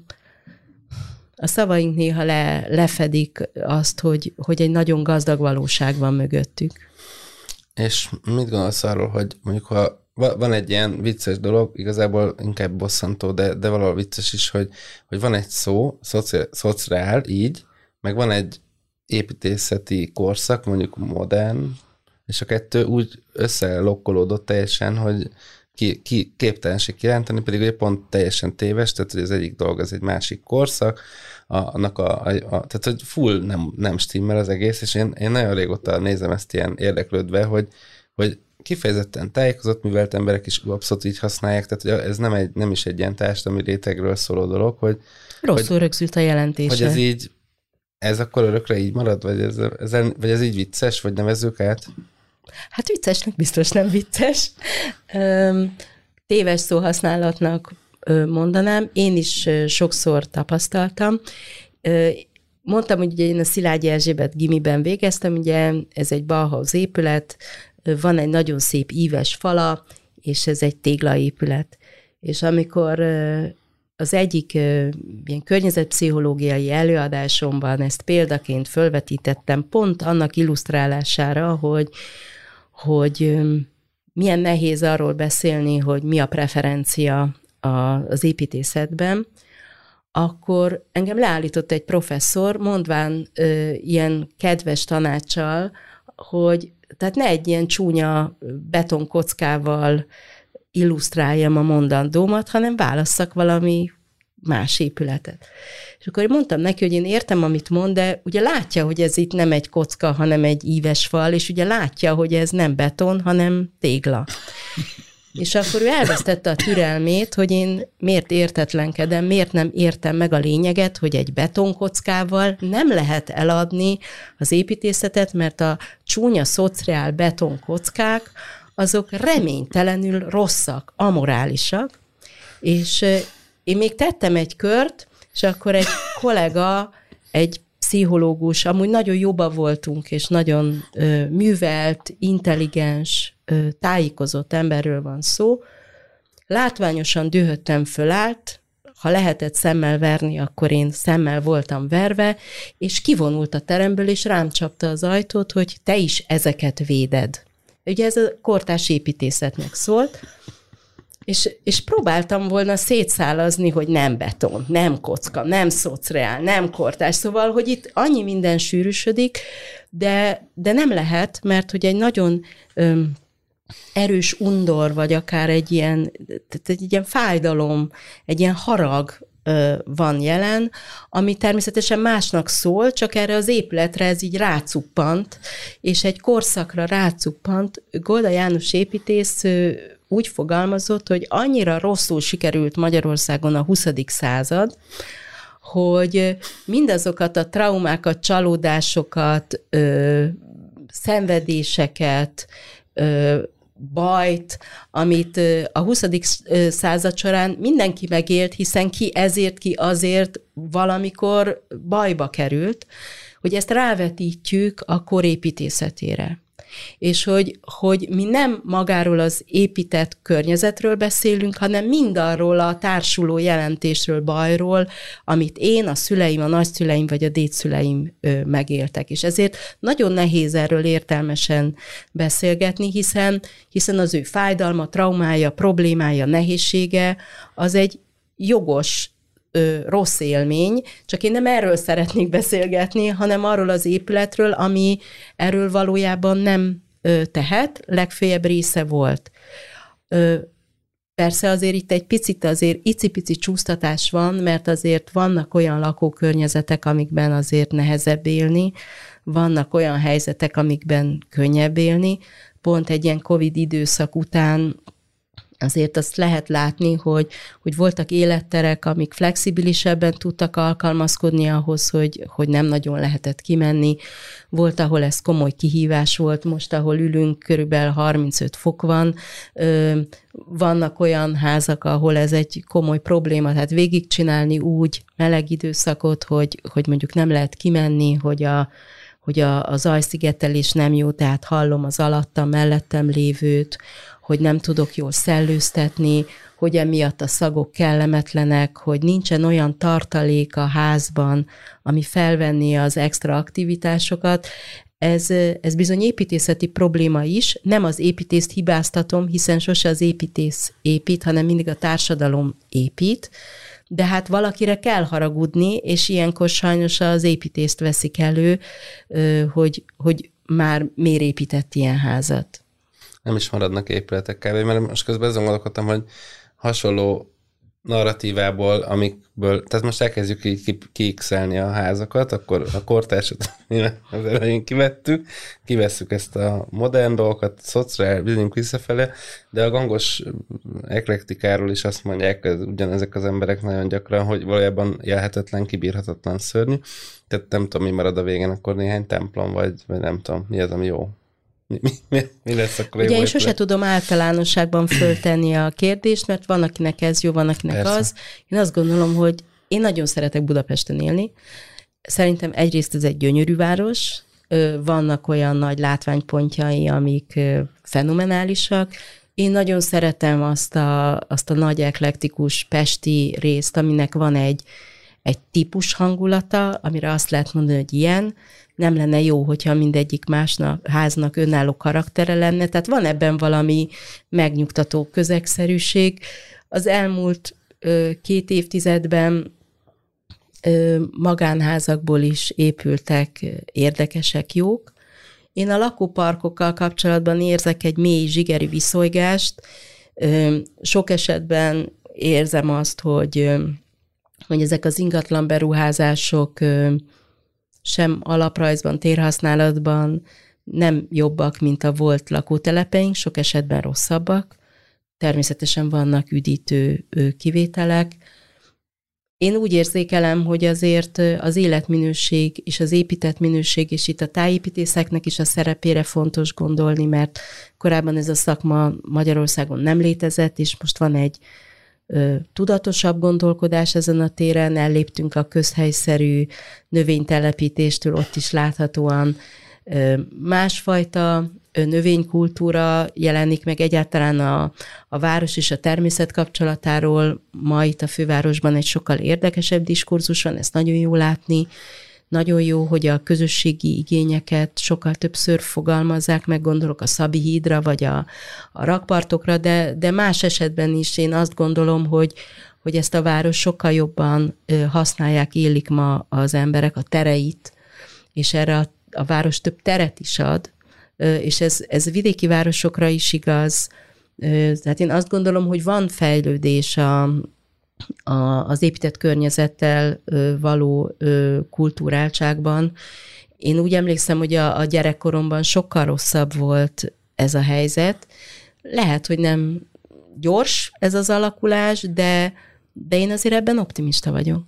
a szavaink néha le, lefedik azt, hogy, hogy egy nagyon gazdag valóság van mögöttük. És mit gondolsz arról, hogy mondjuk, ha van egy ilyen vicces dolog, igazából inkább bosszantó, de, de valahol vicces is, hogy, hogy van egy szó, szociál, így, meg van egy építészeti korszak, mondjuk modern, és a kettő úgy összelokkolódott teljesen, hogy ki, ki, képtelenség kirántani, pedig ugye pont teljesen téves, tehát hogy az egyik dolog az egy másik korszak, a, annak a, a, a, tehát hogy full nem, nem stimmel az egész, és én, én nagyon régóta nézem ezt ilyen érdeklődve, hogy, hogy kifejezetten tájékozott, művelt emberek is abszolút így használják, tehát hogy ez nem, egy, nem is egy ilyen társadalmi rétegről szóló dolog, hogy rosszul rögzült a jelentése. Hogy ez így, ez akkor örökre így marad, vagy ez, ez, vagy ez így vicces, vagy nevezzük át? Hát viccesnek biztos nem vicces. Téves szóhasználatnak mondanám. Én is sokszor tapasztaltam. Mondtam, hogy ugye én a Szilágyi Erzsébet gimiben végeztem, ugye ez egy Bauhaus épület, van egy nagyon szép íves fala, és ez egy téglaépület. És amikor az egyik ilyen környezetpszichológiai előadásomban ezt példaként fölvetítettem, pont annak illusztrálására, hogy, hogy milyen nehéz arról beszélni, hogy mi a preferencia az építészetben, akkor engem leállított egy professzor, mondván ö, ilyen kedves tanáccsal, hogy tehát ne egy ilyen csúnya betonkockával illusztráljam a mondandómat, hanem válasszak valami más épületet. És akkor mondtam neki, hogy én értem, amit mond, de ugye látja, hogy ez itt nem egy kocka, hanem egy íves fal, és ugye látja, hogy ez nem beton, hanem tégla. És akkor ő elvesztette a türelmét, hogy én miért értetlenkedem, miért nem értem meg a lényeget, hogy egy betonkockával nem lehet eladni az építészetet, mert a csúnya szociál betonkockák, azok reménytelenül rosszak, amorálisak, és én még tettem egy kört, és akkor egy kollega, egy pszichológus, amúgy nagyon jobban voltunk, és nagyon ö, művelt, intelligens, ö, tájékozott emberről van szó. Látványosan dühötten fölállt, ha lehetett szemmel verni, akkor én szemmel voltam verve, és kivonult a teremből, és rám csapta az ajtót, hogy te is ezeket véded. Ugye ez a kortárs építészetnek szólt, és, és próbáltam volna szétszálazni, hogy nem beton, nem kocka, nem szociál, nem kortárs, szóval, hogy itt annyi minden sűrűsödik, de, de nem lehet, mert hogy egy nagyon öm, erős undor, vagy akár egy ilyen, egy ilyen fájdalom, egy ilyen harag ö, van jelen, ami természetesen másnak szól, csak erre az épületre ez így rácuppant, és egy korszakra rácuppant. Golda János építész úgy fogalmazott, hogy annyira rosszul sikerült Magyarországon a huszadik század, hogy mindazokat a traumákat, csalódásokat, ö, szenvedéseket, ö, bajt, amit a huszadik század során mindenki megélt, hiszen ki ezért, ki azért valamikor bajba került, hogy ezt rávetítjük a kor építészetére. És hogy, hogy mi nem magáról az épített környezetről beszélünk, hanem mindarról a társuló jelentésről, bajról, amit én, a szüleim, a nagyszüleim vagy a dédszüleim ö, megéltek. És ezért nagyon nehéz erről értelmesen beszélgetni, hiszen, hiszen az ő fájdalma, traumája, problémája, nehézsége az egy jogos Ö, rossz élmény, csak én nem erről szeretnék beszélgetni, hanem arról az épületről, ami erről valójában nem ö, tehet, legfeljebb része volt. Ö, persze azért itt egy picit azért icipici csúsztatás van, mert azért vannak olyan lakókörnyezetek, amikben azért nehezebb élni, vannak olyan helyzetek, amikben könnyebb élni. Pont egy ilyen Covid időszak után azért azt lehet látni, hogy, hogy voltak életterek, amik flexibilisebben tudtak alkalmazkodni ahhoz, hogy, hogy nem nagyon lehetett kimenni. Volt, ahol ez komoly kihívás volt, most, ahol ülünk, körülbelül harmincöt fok van. Vannak olyan házak, ahol ez egy komoly probléma, tehát végigcsinálni úgy meleg időszakot, hogy, hogy mondjuk nem lehet kimenni, hogy a hogy a, a zajszigetelés nem jó, tehát hallom az alattam, mellettem lévőt, hogy nem tudok jól szellőztetni, hogy emiatt a szagok kellemetlenek, hogy nincsen olyan tartalék a házban, ami felvenné az extra aktivitásokat. Ez, ez bizony építészeti probléma is. Nem az építészt hibáztatom, hiszen sose az építész épít, hanem mindig a társadalom épít. De hát valakire kell haragudni, és ilyenkor sajnos az építészt veszik elő, hogy, hogy már miért épített ilyen házat. Nem is maradnak épületek kb. Mert most közben azon gondolkodtam, hogy hasonló narratívából, amikből, tehát most elkezdjük így kiixelni a házakat, akkor a kortársat az elején kivettük, kivesszük ezt a modern dolgokat, szocra elbizonyunk visszafele, de a gangos eklektikáról is azt mondják, ugyanezek az emberek nagyon gyakran, hogy valójában élhetetlen, kibírhatatlan szörnyű, tehát nem tudom, mi marad a végén, akkor néhány templom, vagy, vagy nem tudom, mi az, ami jó. Mi, mi, mi lesz akkor Ugye én sose tudom általánosságban föltenni a kérdést, mert van, akinek ez jó, van, akinek Persze. az. Én azt gondolom, hogy én nagyon szeretek Budapesten élni. Szerintem egyrészt ez egy gyönyörű város, vannak olyan nagy látványpontjai, amik fenomenálisak. Én nagyon szeretem azt a, azt a nagy eklektikus pesti részt, aminek van egy, egy típus hangulata, amire azt lehet mondani, hogy ilyen. Nem lenne jó, hogyha mindegyik másnak, háznak önálló karaktere lenne. Tehát van ebben valami megnyugtató közegszerűség. Az elmúlt ö, két évtizedben ö, magánházakból is épültek érdekesek, jók. Én a lakóparkokkal kapcsolatban érzek egy mély zsigeri viszolygást. Ö, sok esetben érzem azt, hogy, ö, hogy ezek az ingatlan beruházások ö, sem alaprajzban, térhasználatban nem jobbak, mint a volt lakótelepeink, sok esetben rosszabbak. Természetesen vannak üdítő kivételek. Én úgy érzékelem, hogy azért az életminőség és az épített minőség, és itt a tájépítészeknek is a szerepére fontos gondolni, mert korábban ez a szakma Magyarországon nem létezett, és most van egy tudatosabb gondolkodás ezen a téren, elléptünk a közhelyszerű növénytelepítéstől, ott is láthatóan másfajta növénykultúra jelenik meg, egyáltalán a, a város és a természet kapcsolatáról. Ma itt a fővárosban egy sokkal érdekesebb diskurzus van, ezt nagyon jó látni. Nagyon jó, hogy a közösségi igényeket sokkal többször fogalmazzák meg, gondolok a Szabi hídra, vagy a, a rakpartokra, de, de más esetben is én azt gondolom, hogy, hogy ezt a város sokkal jobban használják, élik ma az emberek a tereit, és erre a, a város több teret is ad, és ez, ez vidéki városokra is igaz. Tehát én azt gondolom, hogy van fejlődés a A, az épített környezettel ö, való ö, kulturáltságban. Én úgy emlékszem, hogy a, a gyerekkoromban sokkal rosszabb volt ez a helyzet. Lehet, hogy nem gyors ez az alakulás, de, de én azért ebben optimista vagyok.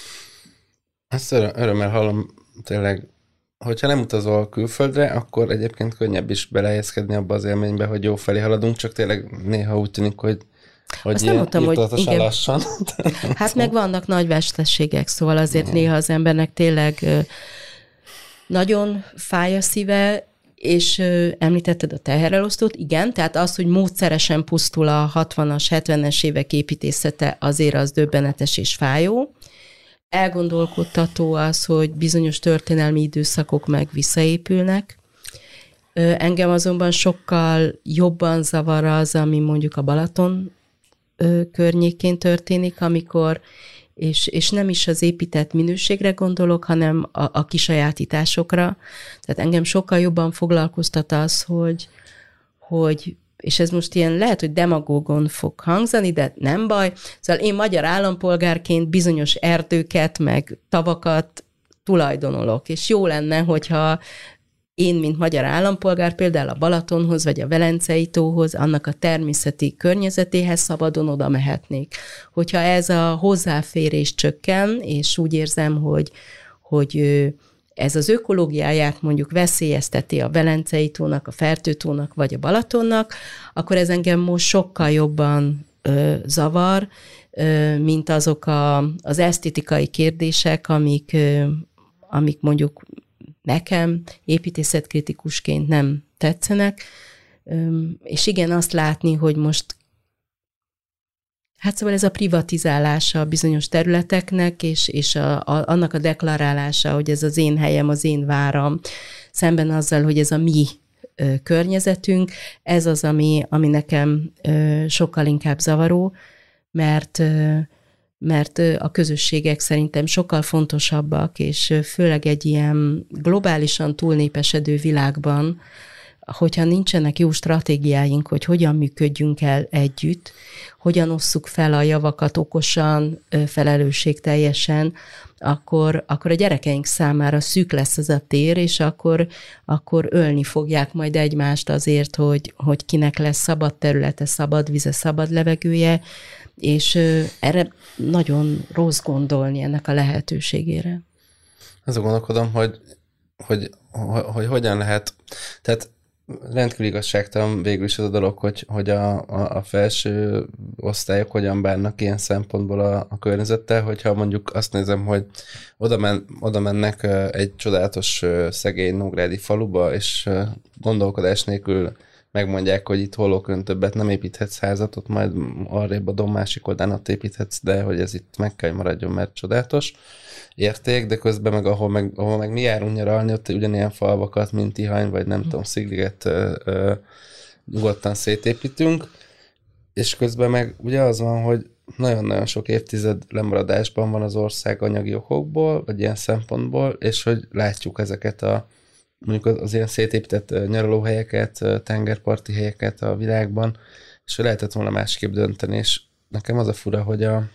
Ezt öröm, örömmel hallom tényleg, hogyha nem utazol külföldre, akkor egyébként könnyebb is belehelyezkedni abba az élménybe, hogy jó felé haladunk, csak tényleg néha úgy tűnik, hogy Hogy Azt nem mondtam, hogy igen. lassan. Hát meg vannak nagy veszteségek, szóval azért igen. Néha az embernek tényleg nagyon fáj a szíve. És ö, említetted a teherelosztót, igen, tehát az, hogy módszeresen pusztul a hatvanas, hetvenes évek építészete, azért az döbbenetes és fájó. Elgondolkodtató az, hogy bizonyos történelmi időszakok meg visszaépülnek. Ö, engem azonban sokkal jobban zavar az, ami mondjuk a Balaton ö, környékén történik, amikor És, és nem is az épített minőségre gondolok, hanem a, a kisajátításokra. Tehát engem sokkal jobban foglalkoztat az, hogy, hogy, és ez most ilyen lehet, hogy demagógon fog hangzani, de nem baj. Szóval én magyar állampolgárként bizonyos erdőket, meg tavakat tulajdonolok, és jó lenne, hogyha én, mint magyar állampolgár, például a Balatonhoz, vagy a Velencei tóhoz, annak a természeti környezetéhez szabadon oda mehetnék. Hogyha ez a hozzáférés csökken, és úgy érzem, hogy, hogy ez az ökológiáját mondjuk veszélyezteti a Velencei tónak, a Fertőtónak, vagy a Balatonnak, akkor ez engem most sokkal jobban ö, zavar, ö, mint azok a, az esztétikai kérdések, amik, ö, amik mondjuk nekem építészetkritikusként nem tetszenek, és igen, azt látni, hogy most hát szóval ez a privatizálása bizonyos területeknek, és, és a, a, annak a deklarálása, hogy ez az én helyem, az én váram, szemben azzal, hogy ez a mi ö, környezetünk, ez az, ami, ami nekem ö, sokkal inkább zavaró, mert ö, mert a közösségek szerintem sokkal fontosabbak, és főleg egy ilyen globálisan túlnépesedő világban, hogyha nincsenek jó stratégiáink, hogy hogyan működjünk el együtt, hogyan osszuk fel a javakat okosan, felelősségteljesen, akkor, akkor a gyerekeink számára szűk lesz ez a tér, és akkor, akkor ölni fogják majd egymást azért, hogy, hogy kinek lesz szabad területe, szabad vize, szabad levegője, és erre nagyon rossz gondolni ennek a lehetőségére. Azon gondolkodom, hogy, hogy, hogy, hogy hogyan lehet, tehát rendkívül igazságtalan végül is az a dolog, hogy, hogy a, a, a felső osztályok hogyan bánnak ilyen szempontból a, a környezettel, hogyha mondjuk azt nézem, hogy oda, men, oda mennek egy csodálatos szegény nógrádi faluba, és gondolkodás nélkül megmondják, hogy itt holókön többet nem építhetsz házat, ott majd arrébb a dom másik oldán ott építhetsz, de hogy ez itt meg kell, hogy maradjon, mert csodálatos érték, de közben meg ahol meg, ahol meg mi járunk nyaralni, ott ugyanilyen falvakat, mint Tihany, vagy nem mm. tudom, Szigliget ö, ö, nyugodtan szétépítünk, és közben meg ugye az van, hogy nagyon-nagyon sok évtized lemaradásban van az ország anyagi okokból, vagy ilyen szempontból, és hogy látjuk ezeket a mondjuk az, az ilyen szétépített nyaralóhelyeket, tengerparti helyeket a világban, és lehetett volna másképp dönteni, és nekem az a fura, hogy a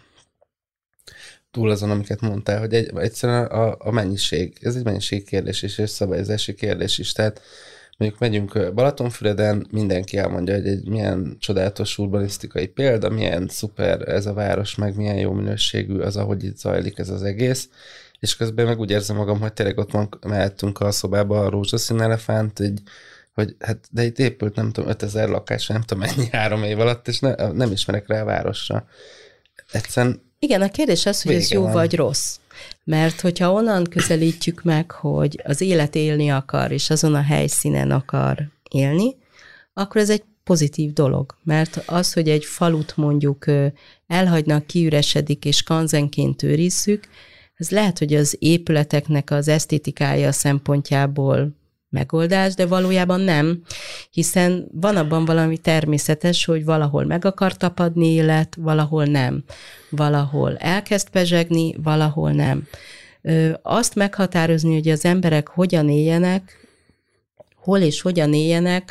túl azon, amiket mondtál, hogy egy, egyszerűen a, a mennyiség, ez egy mennyiségi kérdés is, és szabályozási kérdés is, tehát mondjuk megyünk Balatonfüreden, mindenki elmondja, hogy egy milyen csodálatos urbanisztikai példa, milyen szuper ez a város, meg milyen jó minőségű az, ahogy itt zajlik ez az egész, és közben meg úgy érzem magam, hogy tényleg ott van, mehettünk a szobába a rózsaszín elefánt, így, hogy hát, de itt épült nem tudom, ötezer lakás, nem tudom mennyi három év alatt, és ne, nem ismerek rá a városra. Egyszerűen igen, a kérdés az, hogy ez jó van. vagy rossz. Mert hogyha onnan közelítjük meg, hogy az élet élni akar, és azon a helyszínen akar élni, akkor ez egy pozitív dolog. Mert az, hogy egy falut mondjuk elhagynak, kiüresedik, és kanzenként őrizzük, ez lehet, hogy az épületeknek az esztétikája szempontjából megoldás, de valójában nem, hiszen van abban valami természetes, hogy valahol meg akar tapadni élet, valahol nem. Valahol elkezd pezsegni, valahol nem. Azt meghatározni, hogy az emberek hogyan éljenek, hol és hogyan éljenek,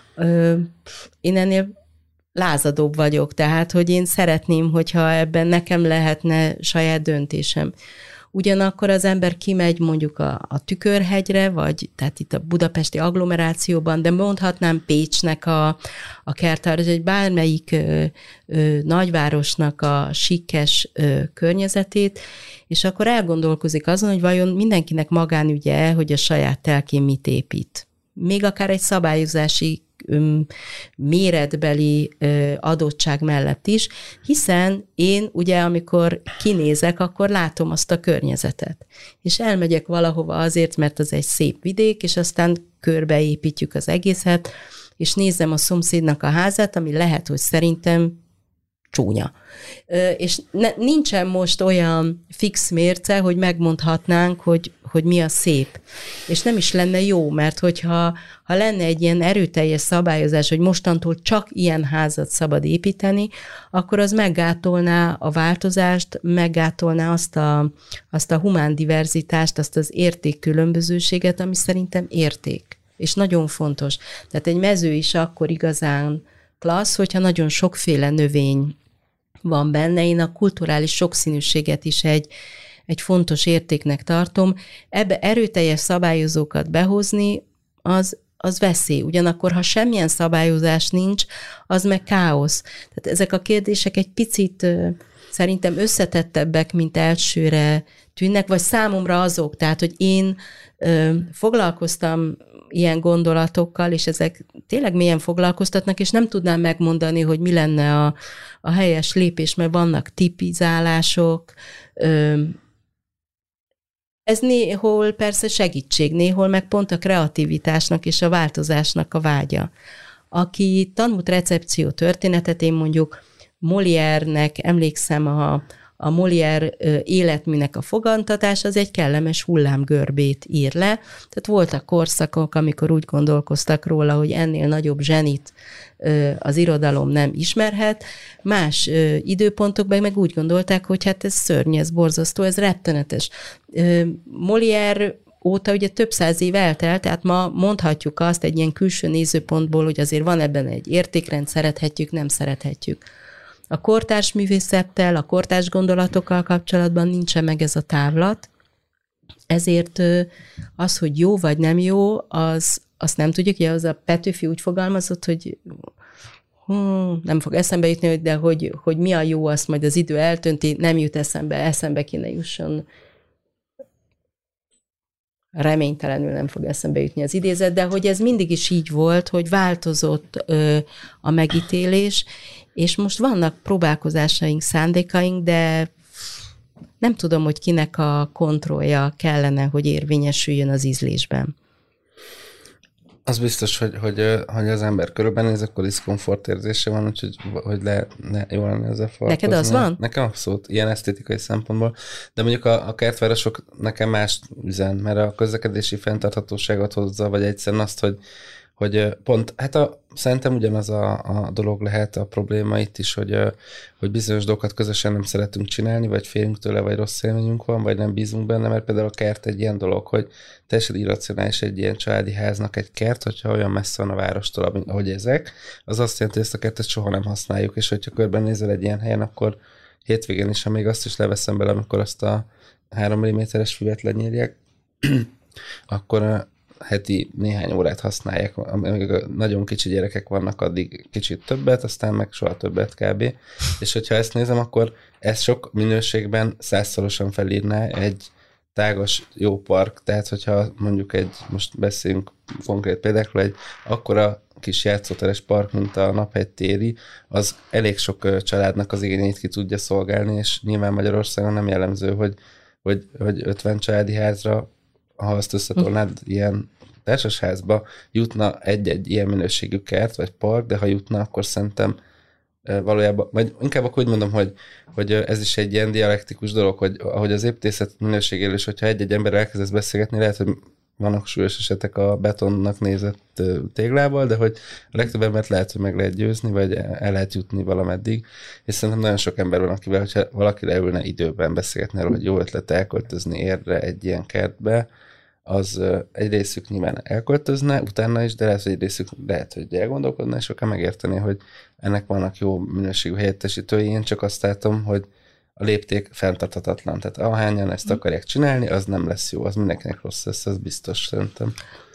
én ennél lázadóbb vagyok, tehát, hogy én szeretném, hogyha ebben nekem lehetne saját döntésem. Ugyanakkor az ember kimegy mondjuk a, a Tükörhegyre, vagy tehát itt a budapesti agglomerációban, de mondhatnám Pécsnek a, a kertváros, egy bármelyik ö, ö, nagyvárosnak a sikkes ö, környezetét, és akkor elgondolkozik azon, hogy vajon mindenkinek magánügye, hogy a saját telkén mit épít. Még akár egy szabályozási méretbeli adottság mellett is, hiszen én ugye, amikor kinézek, akkor látom azt a környezetet. És elmegyek valahova azért, mert az egy szép vidék, és aztán körbeépítjük az egészet, és nézem a szomszédnak a házát, ami lehet, hogy szerintem csúnya. És ne, nincsen most olyan fix mérce, hogy megmondhatnánk, hogy, hogy mi a szép. És nem is lenne jó, mert hogyha ha lenne egy ilyen erőteljes szabályozás, hogy mostantól csak ilyen házat szabad építeni, akkor az meggátolná a változást, meggátolná azt a, azt a humán diverzitást, azt az értékkülönbözőséget, ami szerintem érték. És nagyon fontos. Tehát egy mező is akkor igazán klassz, hogyha nagyon sokféle növény van benne. Én a kulturális sokszínűséget is egy, egy fontos értéknek tartom. Ebbe erőteljes szabályozókat behozni, az, az veszély. Ugyanakkor, ha semmilyen szabályozás nincs, az meg káosz. Tehát ezek a kérdések egy picit szerintem összetettebbek, mint elsőre tűnnek, vagy számomra azok. Tehát, hogy én ö, foglalkoztam ilyen gondolatokkal, és ezek tényleg mélyen foglalkoztatnak, és nem tudnám megmondani, hogy mi lenne a, a helyes lépés, mert vannak tipizálások. Ez néhol persze segítség, néhol meg pont a kreativitásnak és a változásnak a vágya. Aki tanult recepció történetet, én mondjuk Molière-nek emlékszem a A Molière életműnek a fogantatás, az egy kellemes hullámgörbét ír le. Tehát voltak korszakok, amikor úgy gondolkoztak róla, hogy ennél nagyobb zsenit az irodalom nem ismerhet. Más időpontokban meg úgy gondolták, hogy hát ez szörny, ez borzasztó, ez rettenetes. Molière óta ugye több száz év eltelt, tehát ma mondhatjuk azt egy ilyen külső nézőpontból, hogy azért van ebben egy értékrend, szerethetjük, nem szerethetjük. A kortárs művészettel, a kortárs gondolatokkal kapcsolatban nincsen meg ez a távlat, ezért az, hogy jó vagy nem jó, az, azt nem tudjuk, hogy az a Petőfi úgy fogalmazott, hogy hú, nem fog eszembe jutni, de hogy, hogy mi a jó, azt majd az idő eltönti, nem jut eszembe, eszembe kéne jusson. Reménytelenül nem fog eszembe jutni az idézet, de hogy ez mindig is így volt, hogy változott ö, a megítélés, és most vannak próbálkozásaink, szándékaink, de nem tudom, hogy kinek a kontrollja kellene, hogy érvényesüljön az ízlésben. Az biztos, hogy, hogy, hogy az ember körülbelül akkor diszkomfort érzése van, úgyhogy hogy le, ne, jól lenne ezzel foglalkozni. Neked az van? Nekem abszolút, ilyen esztétikai szempontból. De mondjuk a, a kertvárosok nekem más üzen, mert a közlekedési fenntarthatóságot hozza, vagy egyszerűen azt, hogy hogy pont, hát a, szerintem ugyanaz a, a dolog lehet a probléma itt is, hogy, hogy bizonyos dolgokat közösen nem szeretünk csinálni, vagy félünk tőle, vagy rossz élményünk van, vagy nem bízunk benne, mert például a kert egy ilyen dolog, hogy teljesen irracionális egy ilyen családi háznak egy kert, hogyha olyan messze van a várostól, ahogy ezek, az azt jelenti, hogy ezt a kertet soha nem használjuk, és hogyha körbenézel egy ilyen helyen, akkor hétvégén is, ha még azt is leveszem bele, amikor azt a három milliméteres füvet lenyírják, akkor heti néhány órát használják, amíg nagyon kicsi gyerekek vannak, addig kicsit többet, aztán meg soha többet kb. És hogyha ezt nézem, akkor ez sok minőségben százszorosan felírná egy tágas jó park, tehát hogyha mondjuk egy, most beszéljünk konkrét példákról, egy akkora kis játszóteres park, mint a Naphegy téri, az elég sok családnak az igényeit ki tudja szolgálni, és nyilván Magyarországon nem jellemző, hogy, hogy, hogy ötven családi házra, ha azt összetolnád ilyen társasházba, jutna egy-egy ilyen minőségű kert, vagy park, de ha jutna, akkor szerintem valójában, vagy inkább akkor úgy mondom, hogy, hogy ez is egy ilyen dialektikus dolog, hogy ahogy az építészet minőségéről is, hogyha egy-egy ember elkezdesz beszélgetni, lehet, hogy vannak súlyos esetek a betonnak nézett téglával, de hogy a legtöbb embert lehet, hogy meg lehet győzni, vagy el lehet jutni valameddig, és szerintem nagyon sok ember van, akivel, hogyha valaki leülne időben beszélgetni arról, hogy jó ötlet elköltözni érre egy ilyen kertbe, az egy részük nyilván elköltözne, utána is, de lehet, hogy egy részük lehet, hogy elgondolkodna, és akár megérteni, hogy ennek vannak jó minőségű helyettesítői. Én csak azt látom, hogy a lépték fenntarthatatlan. Tehát ahányan ezt akarják csinálni, az nem lesz jó, az mindenkinek rossz lesz, ez biztos szerintem.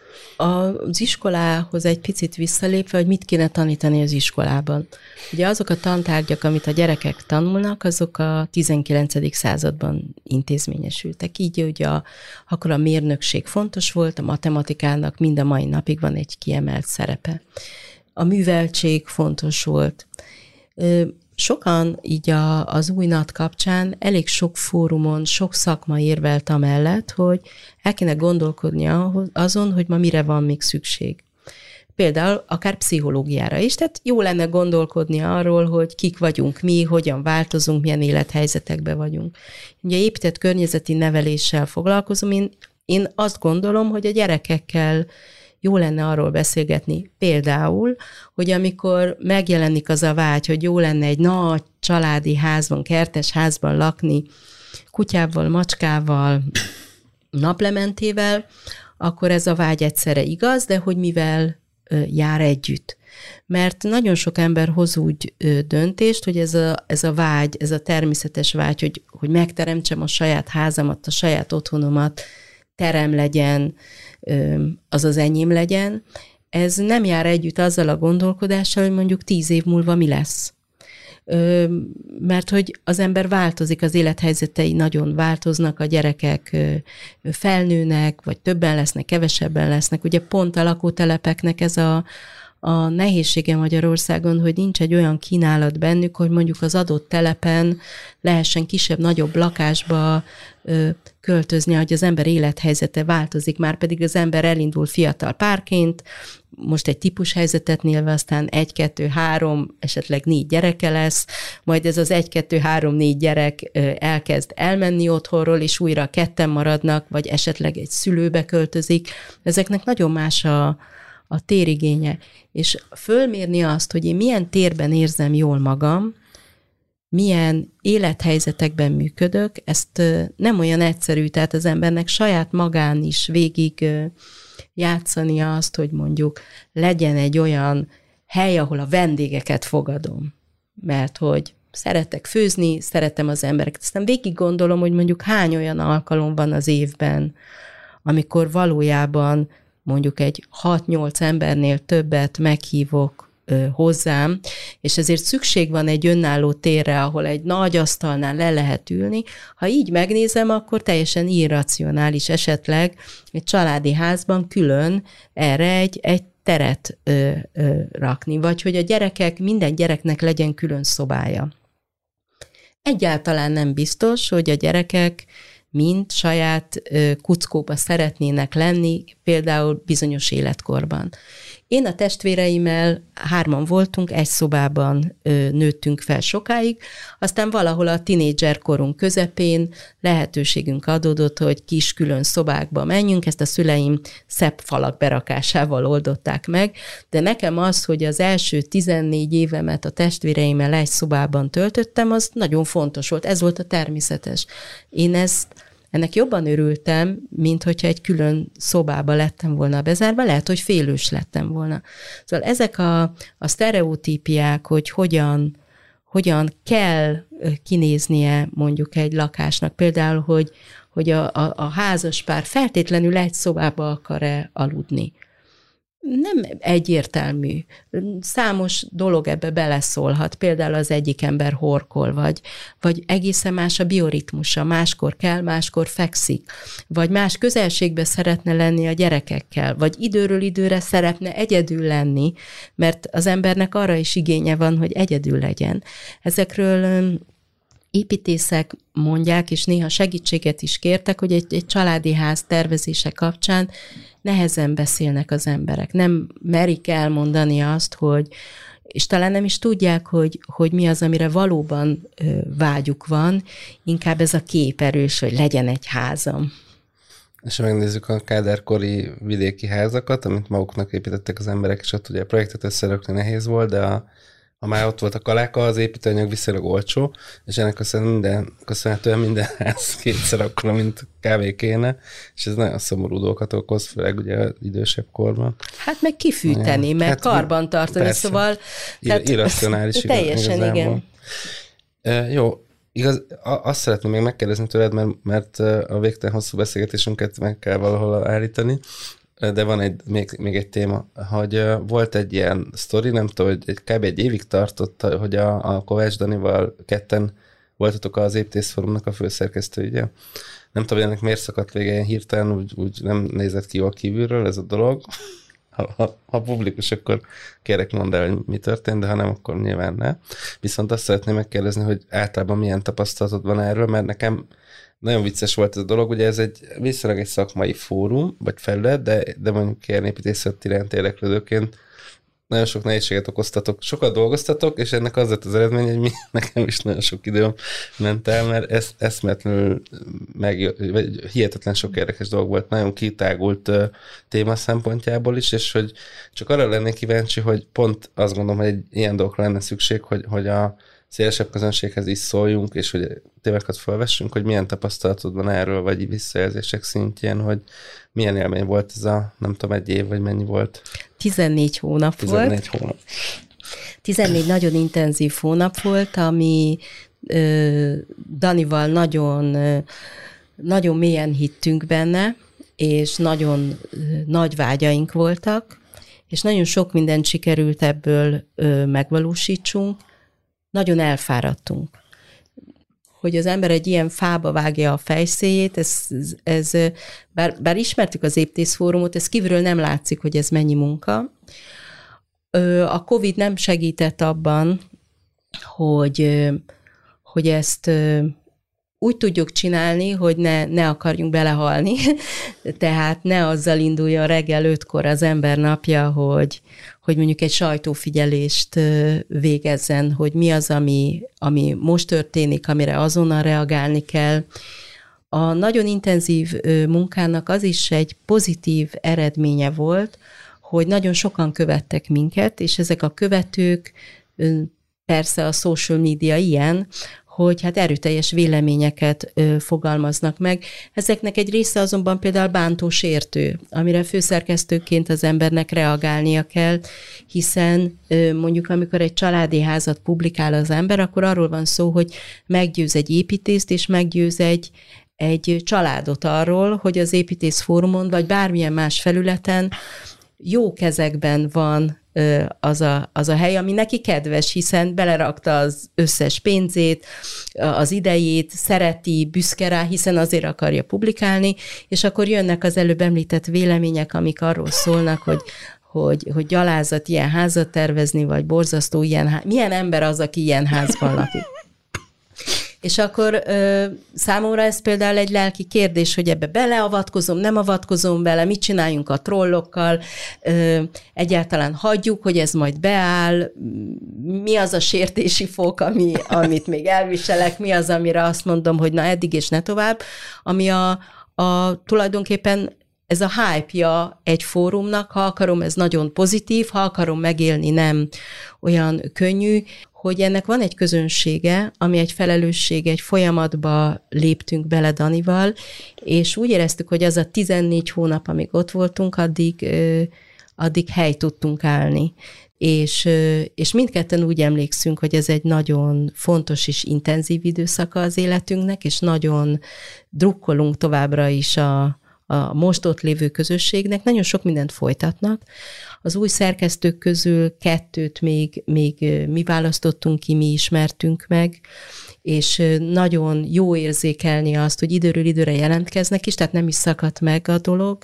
Az iskolához egy picit visszalépve, hogy mit kéne tanítani az iskolában. Ugye azok a tantárgyak, amit a gyerekek tanulnak, azok a tizenkilencedik században intézményesültek. Így ugye a, akkor a mérnökség fontos volt, a matematikának mind a mai napig van egy kiemelt szerepe. a műveltség fontos volt. Sokan így a, az új nat kapcsán elég sok fórumon, sok szakma érvelt amellett, hogy el kéne gondolkodnia azon, hogy ma mire van még szükség. Például akár pszichológiára is, tehát jó lenne gondolkodni arról, hogy kik vagyunk mi, hogyan változunk, milyen élethelyzetekben vagyunk. Ugye épített környezeti neveléssel foglalkozom, én, én azt gondolom, hogy a gyerekekkel jó lenne arról beszélgetni például, hogy amikor megjelenik az a vágy, hogy jó lenne egy nagy családi házban, kertes házban lakni, kutyával, macskával, naplementével, akkor ez a vágy egyszerre igaz, de hogy mivel jár együtt. Mert nagyon sok ember hoz úgy döntést, hogy ez a, ez a vágy, ez a természetes vágy, hogy, hogy megteremtsem a saját házamat, a saját otthonomat, terem legyen, az az enyém legyen, ez nem jár együtt azzal a gondolkodással, hogy mondjuk tíz év múlva mi lesz. Mert hogy az ember változik, az élethelyzetei nagyon változnak, a gyerekek felnőnek, vagy többen lesznek, kevesebben lesznek. Ugye pont a lakótelepeknek ez a, a nehézsége Magyarországon, hogy nincs egy olyan kínálat bennük, hogy mondjuk az adott telepen lehessen kisebb-nagyobb lakásba ö, költözni, hogy az ember élethelyzete változik, már pedig az ember elindul fiatal párként, most egy típushelyzetet nélve, aztán egy, kettő, három, esetleg négy gyereke lesz, majd ez az egy, kettő, három, négy gyerek ö, elkezd elmenni otthonról, és újra ketten maradnak, vagy esetleg egy szülőbe költözik. Ezeknek nagyon más a a térigénye, és fölmérni azt, hogy én milyen térben érzem jól magam, milyen élethelyzetekben működök, ezt nem olyan egyszerű, tehát az embernek saját magán is végig játszania azt, hogy mondjuk legyen egy olyan hely, ahol a vendégeket fogadom, mert hogy szeretek főzni, szeretem az embereket, aztán végig gondolom, hogy mondjuk hány olyan alkalom van az évben, amikor valójában mondjuk egy hat-nyolc embernél többet meghívok ö, hozzám, és ezért szükség van egy önálló térre, ahol egy nagy asztalnál le lehet ülni. Ha így megnézem, akkor teljesen irracionális esetleg egy családi házban külön erre egy, egy teret ö, ö, rakni, vagy hogy a gyerekek, minden gyereknek legyen külön szobája. Egyáltalán nem biztos, hogy a gyerekek mind saját kuckóba szeretnének lenni, például bizonyos életkorban. Én a testvéreimmel hárman voltunk, egy szobában nőttünk fel sokáig, aztán valahol a tinédzser korunk közepén lehetőségünk adódott, hogy kis külön szobákba menjünk, ezt a szüleim szebb falak berakásával oldották meg, de nekem az, hogy az első tizennégy évemet a testvéreimmel egy szobában töltöttem, az nagyon fontos volt, ez volt a természetes. Én ezt Ennek jobban örültem, mint hogyha egy külön szobába lettem volna bezárva, lehet, hogy félős lettem volna. Szóval ezek a, a sztereotípiák, hogy hogyan, hogyan kell kinéznie mondjuk egy lakásnak, például, hogy, hogy a, a, a házaspár feltétlenül egy szobába akar-e aludni. Nem egyértelmű. Számos dolog ebbe beleszólhat. Például az egyik ember horkol, vagy, vagy egészen más a bioritmusa. Máskor kell, máskor fekszik. Vagy más közelségbe szeretne lenni a gyerekekkel. Vagy időről időre szeretne egyedül lenni, mert az embernek arra is igénye van, hogy egyedül legyen. Ezekről építészek mondják, és néha segítséget is kértek, hogy egy, egy családi ház tervezése kapcsán nehezen beszélnek az emberek. Nem merik elmondani azt, hogy, és talán nem is tudják, hogy, hogy mi az, amire valóban ö, vágyuk van, inkább ez a kép erős, hogy legyen egy házam. És ha megnézzük a kádárkori vidéki házakat, amit maguknak építettek az emberek, és ott ugye a projektet összerakni nehéz volt, de a ha már ott volt a kaláka, az építőanyag viszonylag olcsó, és ennek köszönhetően minden, köszönhetően minden ház kétszer akkora, mint kávé kéne, és ez nagyon szomorú dolgokat okoz, főleg ugye az idősebb korban. Hát meg kifűteni, ja, meg hát, karban tartani, persze. Szóval... Tehát, irracionális teljesen, igaz, igen. E, jó, igaz, azt szeretném még megkérdezni tőled, mert, mert a végtelen hosszú beszélgetésünket meg kell valahol állítani, de van egy, még, még egy téma, hogy uh, volt egy ilyen sztori, nem tudom, hogy egy, kb. Egy évig tartott, hogy a, a Kovács Danival ketten voltatok az Építészforumnak a főszerkesztő, ugye? Nem tudom, hogy ennek miért szakadt vége ilyen hirtelen, úgy, úgy nem nézett ki jól kívülről ez a dolog. ha, ha, ha publikus, akkor kérek mondd el, hogy mi történt, de ha nem, akkor nyilván ne. Viszont azt szeretném megkérdezni, hogy általában milyen tapasztalatod van erről, mert nekem nagyon vicces volt ez a dolog, ugye ez egy viszonylag egy szakmai fórum, vagy felület, de, de mondjuk ilyen építészet iránt érdeklődőként nagyon sok nehézséget okoztatok, sokat dolgoztatok, és ennek az lett az eredmény, hogy mi, nekem is nagyon sok időm ment el, mert ez eszmetlenül meg, vagy hihetetlen sok érdekes dolog volt, nagyon kitágult uh, téma szempontjából is, és hogy csak arra lennék kíváncsi, hogy pont azt gondolom, hogy egy ilyen dolgokra lenne szükség, hogy, hogy a szélesebb közönséghez is szóljunk, és hogy témákat felvessünk, hogy milyen tapasztalatod van erről, vagy visszajelzések szintjén, hogy milyen élmény volt ez a, nem tudom, egy év, vagy mennyi volt? tizennégy hónap tizennégy volt. hónap. tizennégy nagyon intenzív hónap volt, ami ö, Danival nagyon, ö, nagyon mélyen hittünk benne, és nagyon ö, nagy vágyaink voltak, és nagyon sok mindent sikerült ebből ö, megvalósítsunk. Nagyon elfáradtunk. Hogy az ember egy ilyen fába vágja a fejszéjét, ez, ez bár, bár ismertük az építészfórumot, ez kívülről nem látszik, hogy ez mennyi munka. A Covid nem segített abban, hogy, hogy ezt úgy tudjuk csinálni, hogy ne, ne akarjunk belehalni. Tehát ne azzal induljon reggel ötkor az ember napja, hogy, hogy mondjuk egy sajtófigyelést végezzen, hogy mi az, ami, ami most történik, amire azonnal reagálni kell. A nagyon intenzív munkának az is egy pozitív eredménye volt, hogy nagyon sokan követtek minket, és ezek a követők, persze a social media ilyen, hogy hát erőteljes véleményeket ö, fogalmaznak meg. Ezeknek egy része azonban például bántó sértő, amire főszerkesztőként az embernek reagálnia kell, hiszen ö, mondjuk amikor egy családi házat publikál az ember, akkor arról van szó, hogy meggyőz egy építészt, és meggyőz egy, egy családot arról, hogy az építészfórumon, vagy bármilyen más felületen jó kezekben van az a, az a hely, ami neki kedves, hiszen belerakta az összes pénzét, az idejét, szereti, büszke rá, hiszen azért akarja publikálni, és akkor jönnek az előbb említett vélemények, amik arról szólnak, hogy hogy, hogy gyalázat ilyen házat tervezni, vagy borzasztó ilyen ház. Milyen ember az, aki ilyen házban lakik? És akkor ö, számomra ez például egy lelki kérdés, hogy ebbe beleavatkozom, nem avatkozom bele, mit csináljunk a trollokkal, ö, egyáltalán hagyjuk, hogy ez majd beáll, mi az a sértési fok, ami, amit még elviselek, mi az, amire azt mondom, hogy na eddig és ne tovább, ami a, a tulajdonképpen ez a hype-ja egy fórumnak, ha akarom, ez nagyon pozitív, ha akarom megélni, nem olyan könnyű, hogy ennek van egy közönsége, ami egy felelősség, egy folyamatba léptünk bele Danival, és úgy éreztük, hogy az a tizennégy hónap, amíg ott voltunk, addig, addig hely tudtunk állni. És, és mindketten úgy emlékszünk, hogy ez egy nagyon fontos és intenzív időszaka az életünknek, és nagyon drukkolunk továbbra is a, a most ott lévő közösségnek, nagyon sok mindent folytatnak. Az új szerkesztők közül kettőt még, még mi választottunk ki, mi ismertünk meg, és nagyon jó érzékelni azt, hogy időről időre jelentkeznek is, tehát nem is szakadt meg a dolog,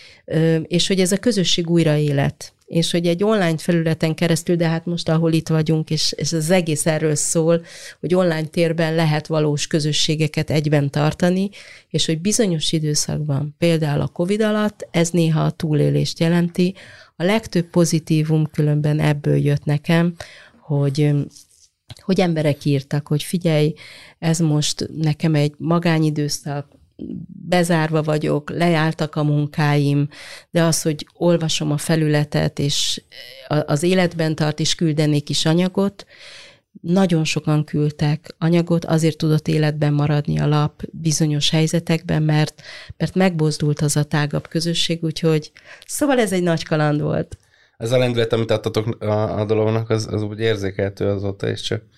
és hogy ez a közösség újraélet. És hogy egy online felületen keresztül, de hát most, ahol itt vagyunk, és, és az egész erről szól, hogy online térben lehet valós közösségeket egyben tartani, és hogy bizonyos időszakban, például a Covid alatt, ez néha a túlélést jelenti. A legtöbb pozitívum különben ebből jött nekem, hogy, hogy emberek írtak, hogy figyelj, ez most nekem egy magányidőszak, bezárva vagyok, leálltak a munkáim, de az, hogy olvasom a felületet, és az életben tart, és küldenék is anyagot, nagyon sokan küldtek anyagot, azért tudott életben maradni a lap bizonyos helyzetekben, mert, mert megbozdult az a tágabb közösség, úgyhogy szóval ez egy nagy kaland volt. Ez a lendület, amit adtatok a, a dolognak, az, az úgy érzékelhető azóta is, csak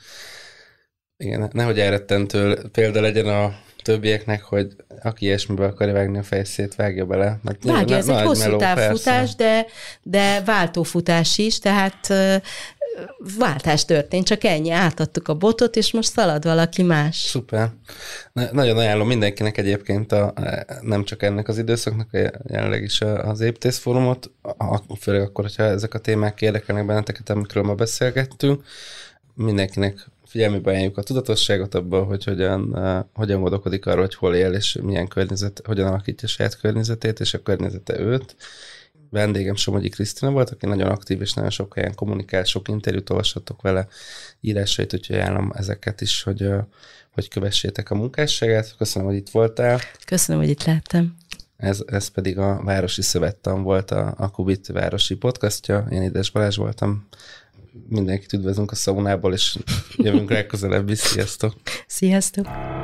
igen, nehogy elrettentő példa legyen a többieknek, hogy aki ilyesmibe akarja vágni a fejszét, vágja bele. Mert vágja, ez egy hosszú távfutás, de, de váltófutás is, tehát váltás történt, csak ennyi, átadtuk a botot, és most szalad valaki más. Szuper. Na, nagyon ajánlom mindenkinek egyébként, a, nem csak ennek az időszaknak, jelenleg is az építészfórumot, főleg akkor, hogyha ezek a témák érdekelnek benneteket, amikről ma beszélgettünk, mindenkinek figyelmébe ajánljuk a tudatosságot abban, hogy hogyan, uh, hogyan gondolkodik arról, hogy hol él, és milyen környezet, hogyan alakítja saját környezetét, és a környezete őt. Vendégem Somogyi Krisztina volt, aki nagyon aktív, és nagyon sok helyen kommunikál, sok interjút olvashatok vele, írásait, úgyhogy ajánlom ezeket is, hogy, uh, hogy kövessétek a munkásságát. Köszönöm, hogy itt voltál. Köszönöm, hogy itt lettem. Ez, ez pedig a Városi Szövettan volt, a, a Kubit városi podcastja. Én Édes Balázs voltam. Mindenkit üdvözlünk a szaunából, és jövünk legközelebb is. Sziasztok! Sziasztok!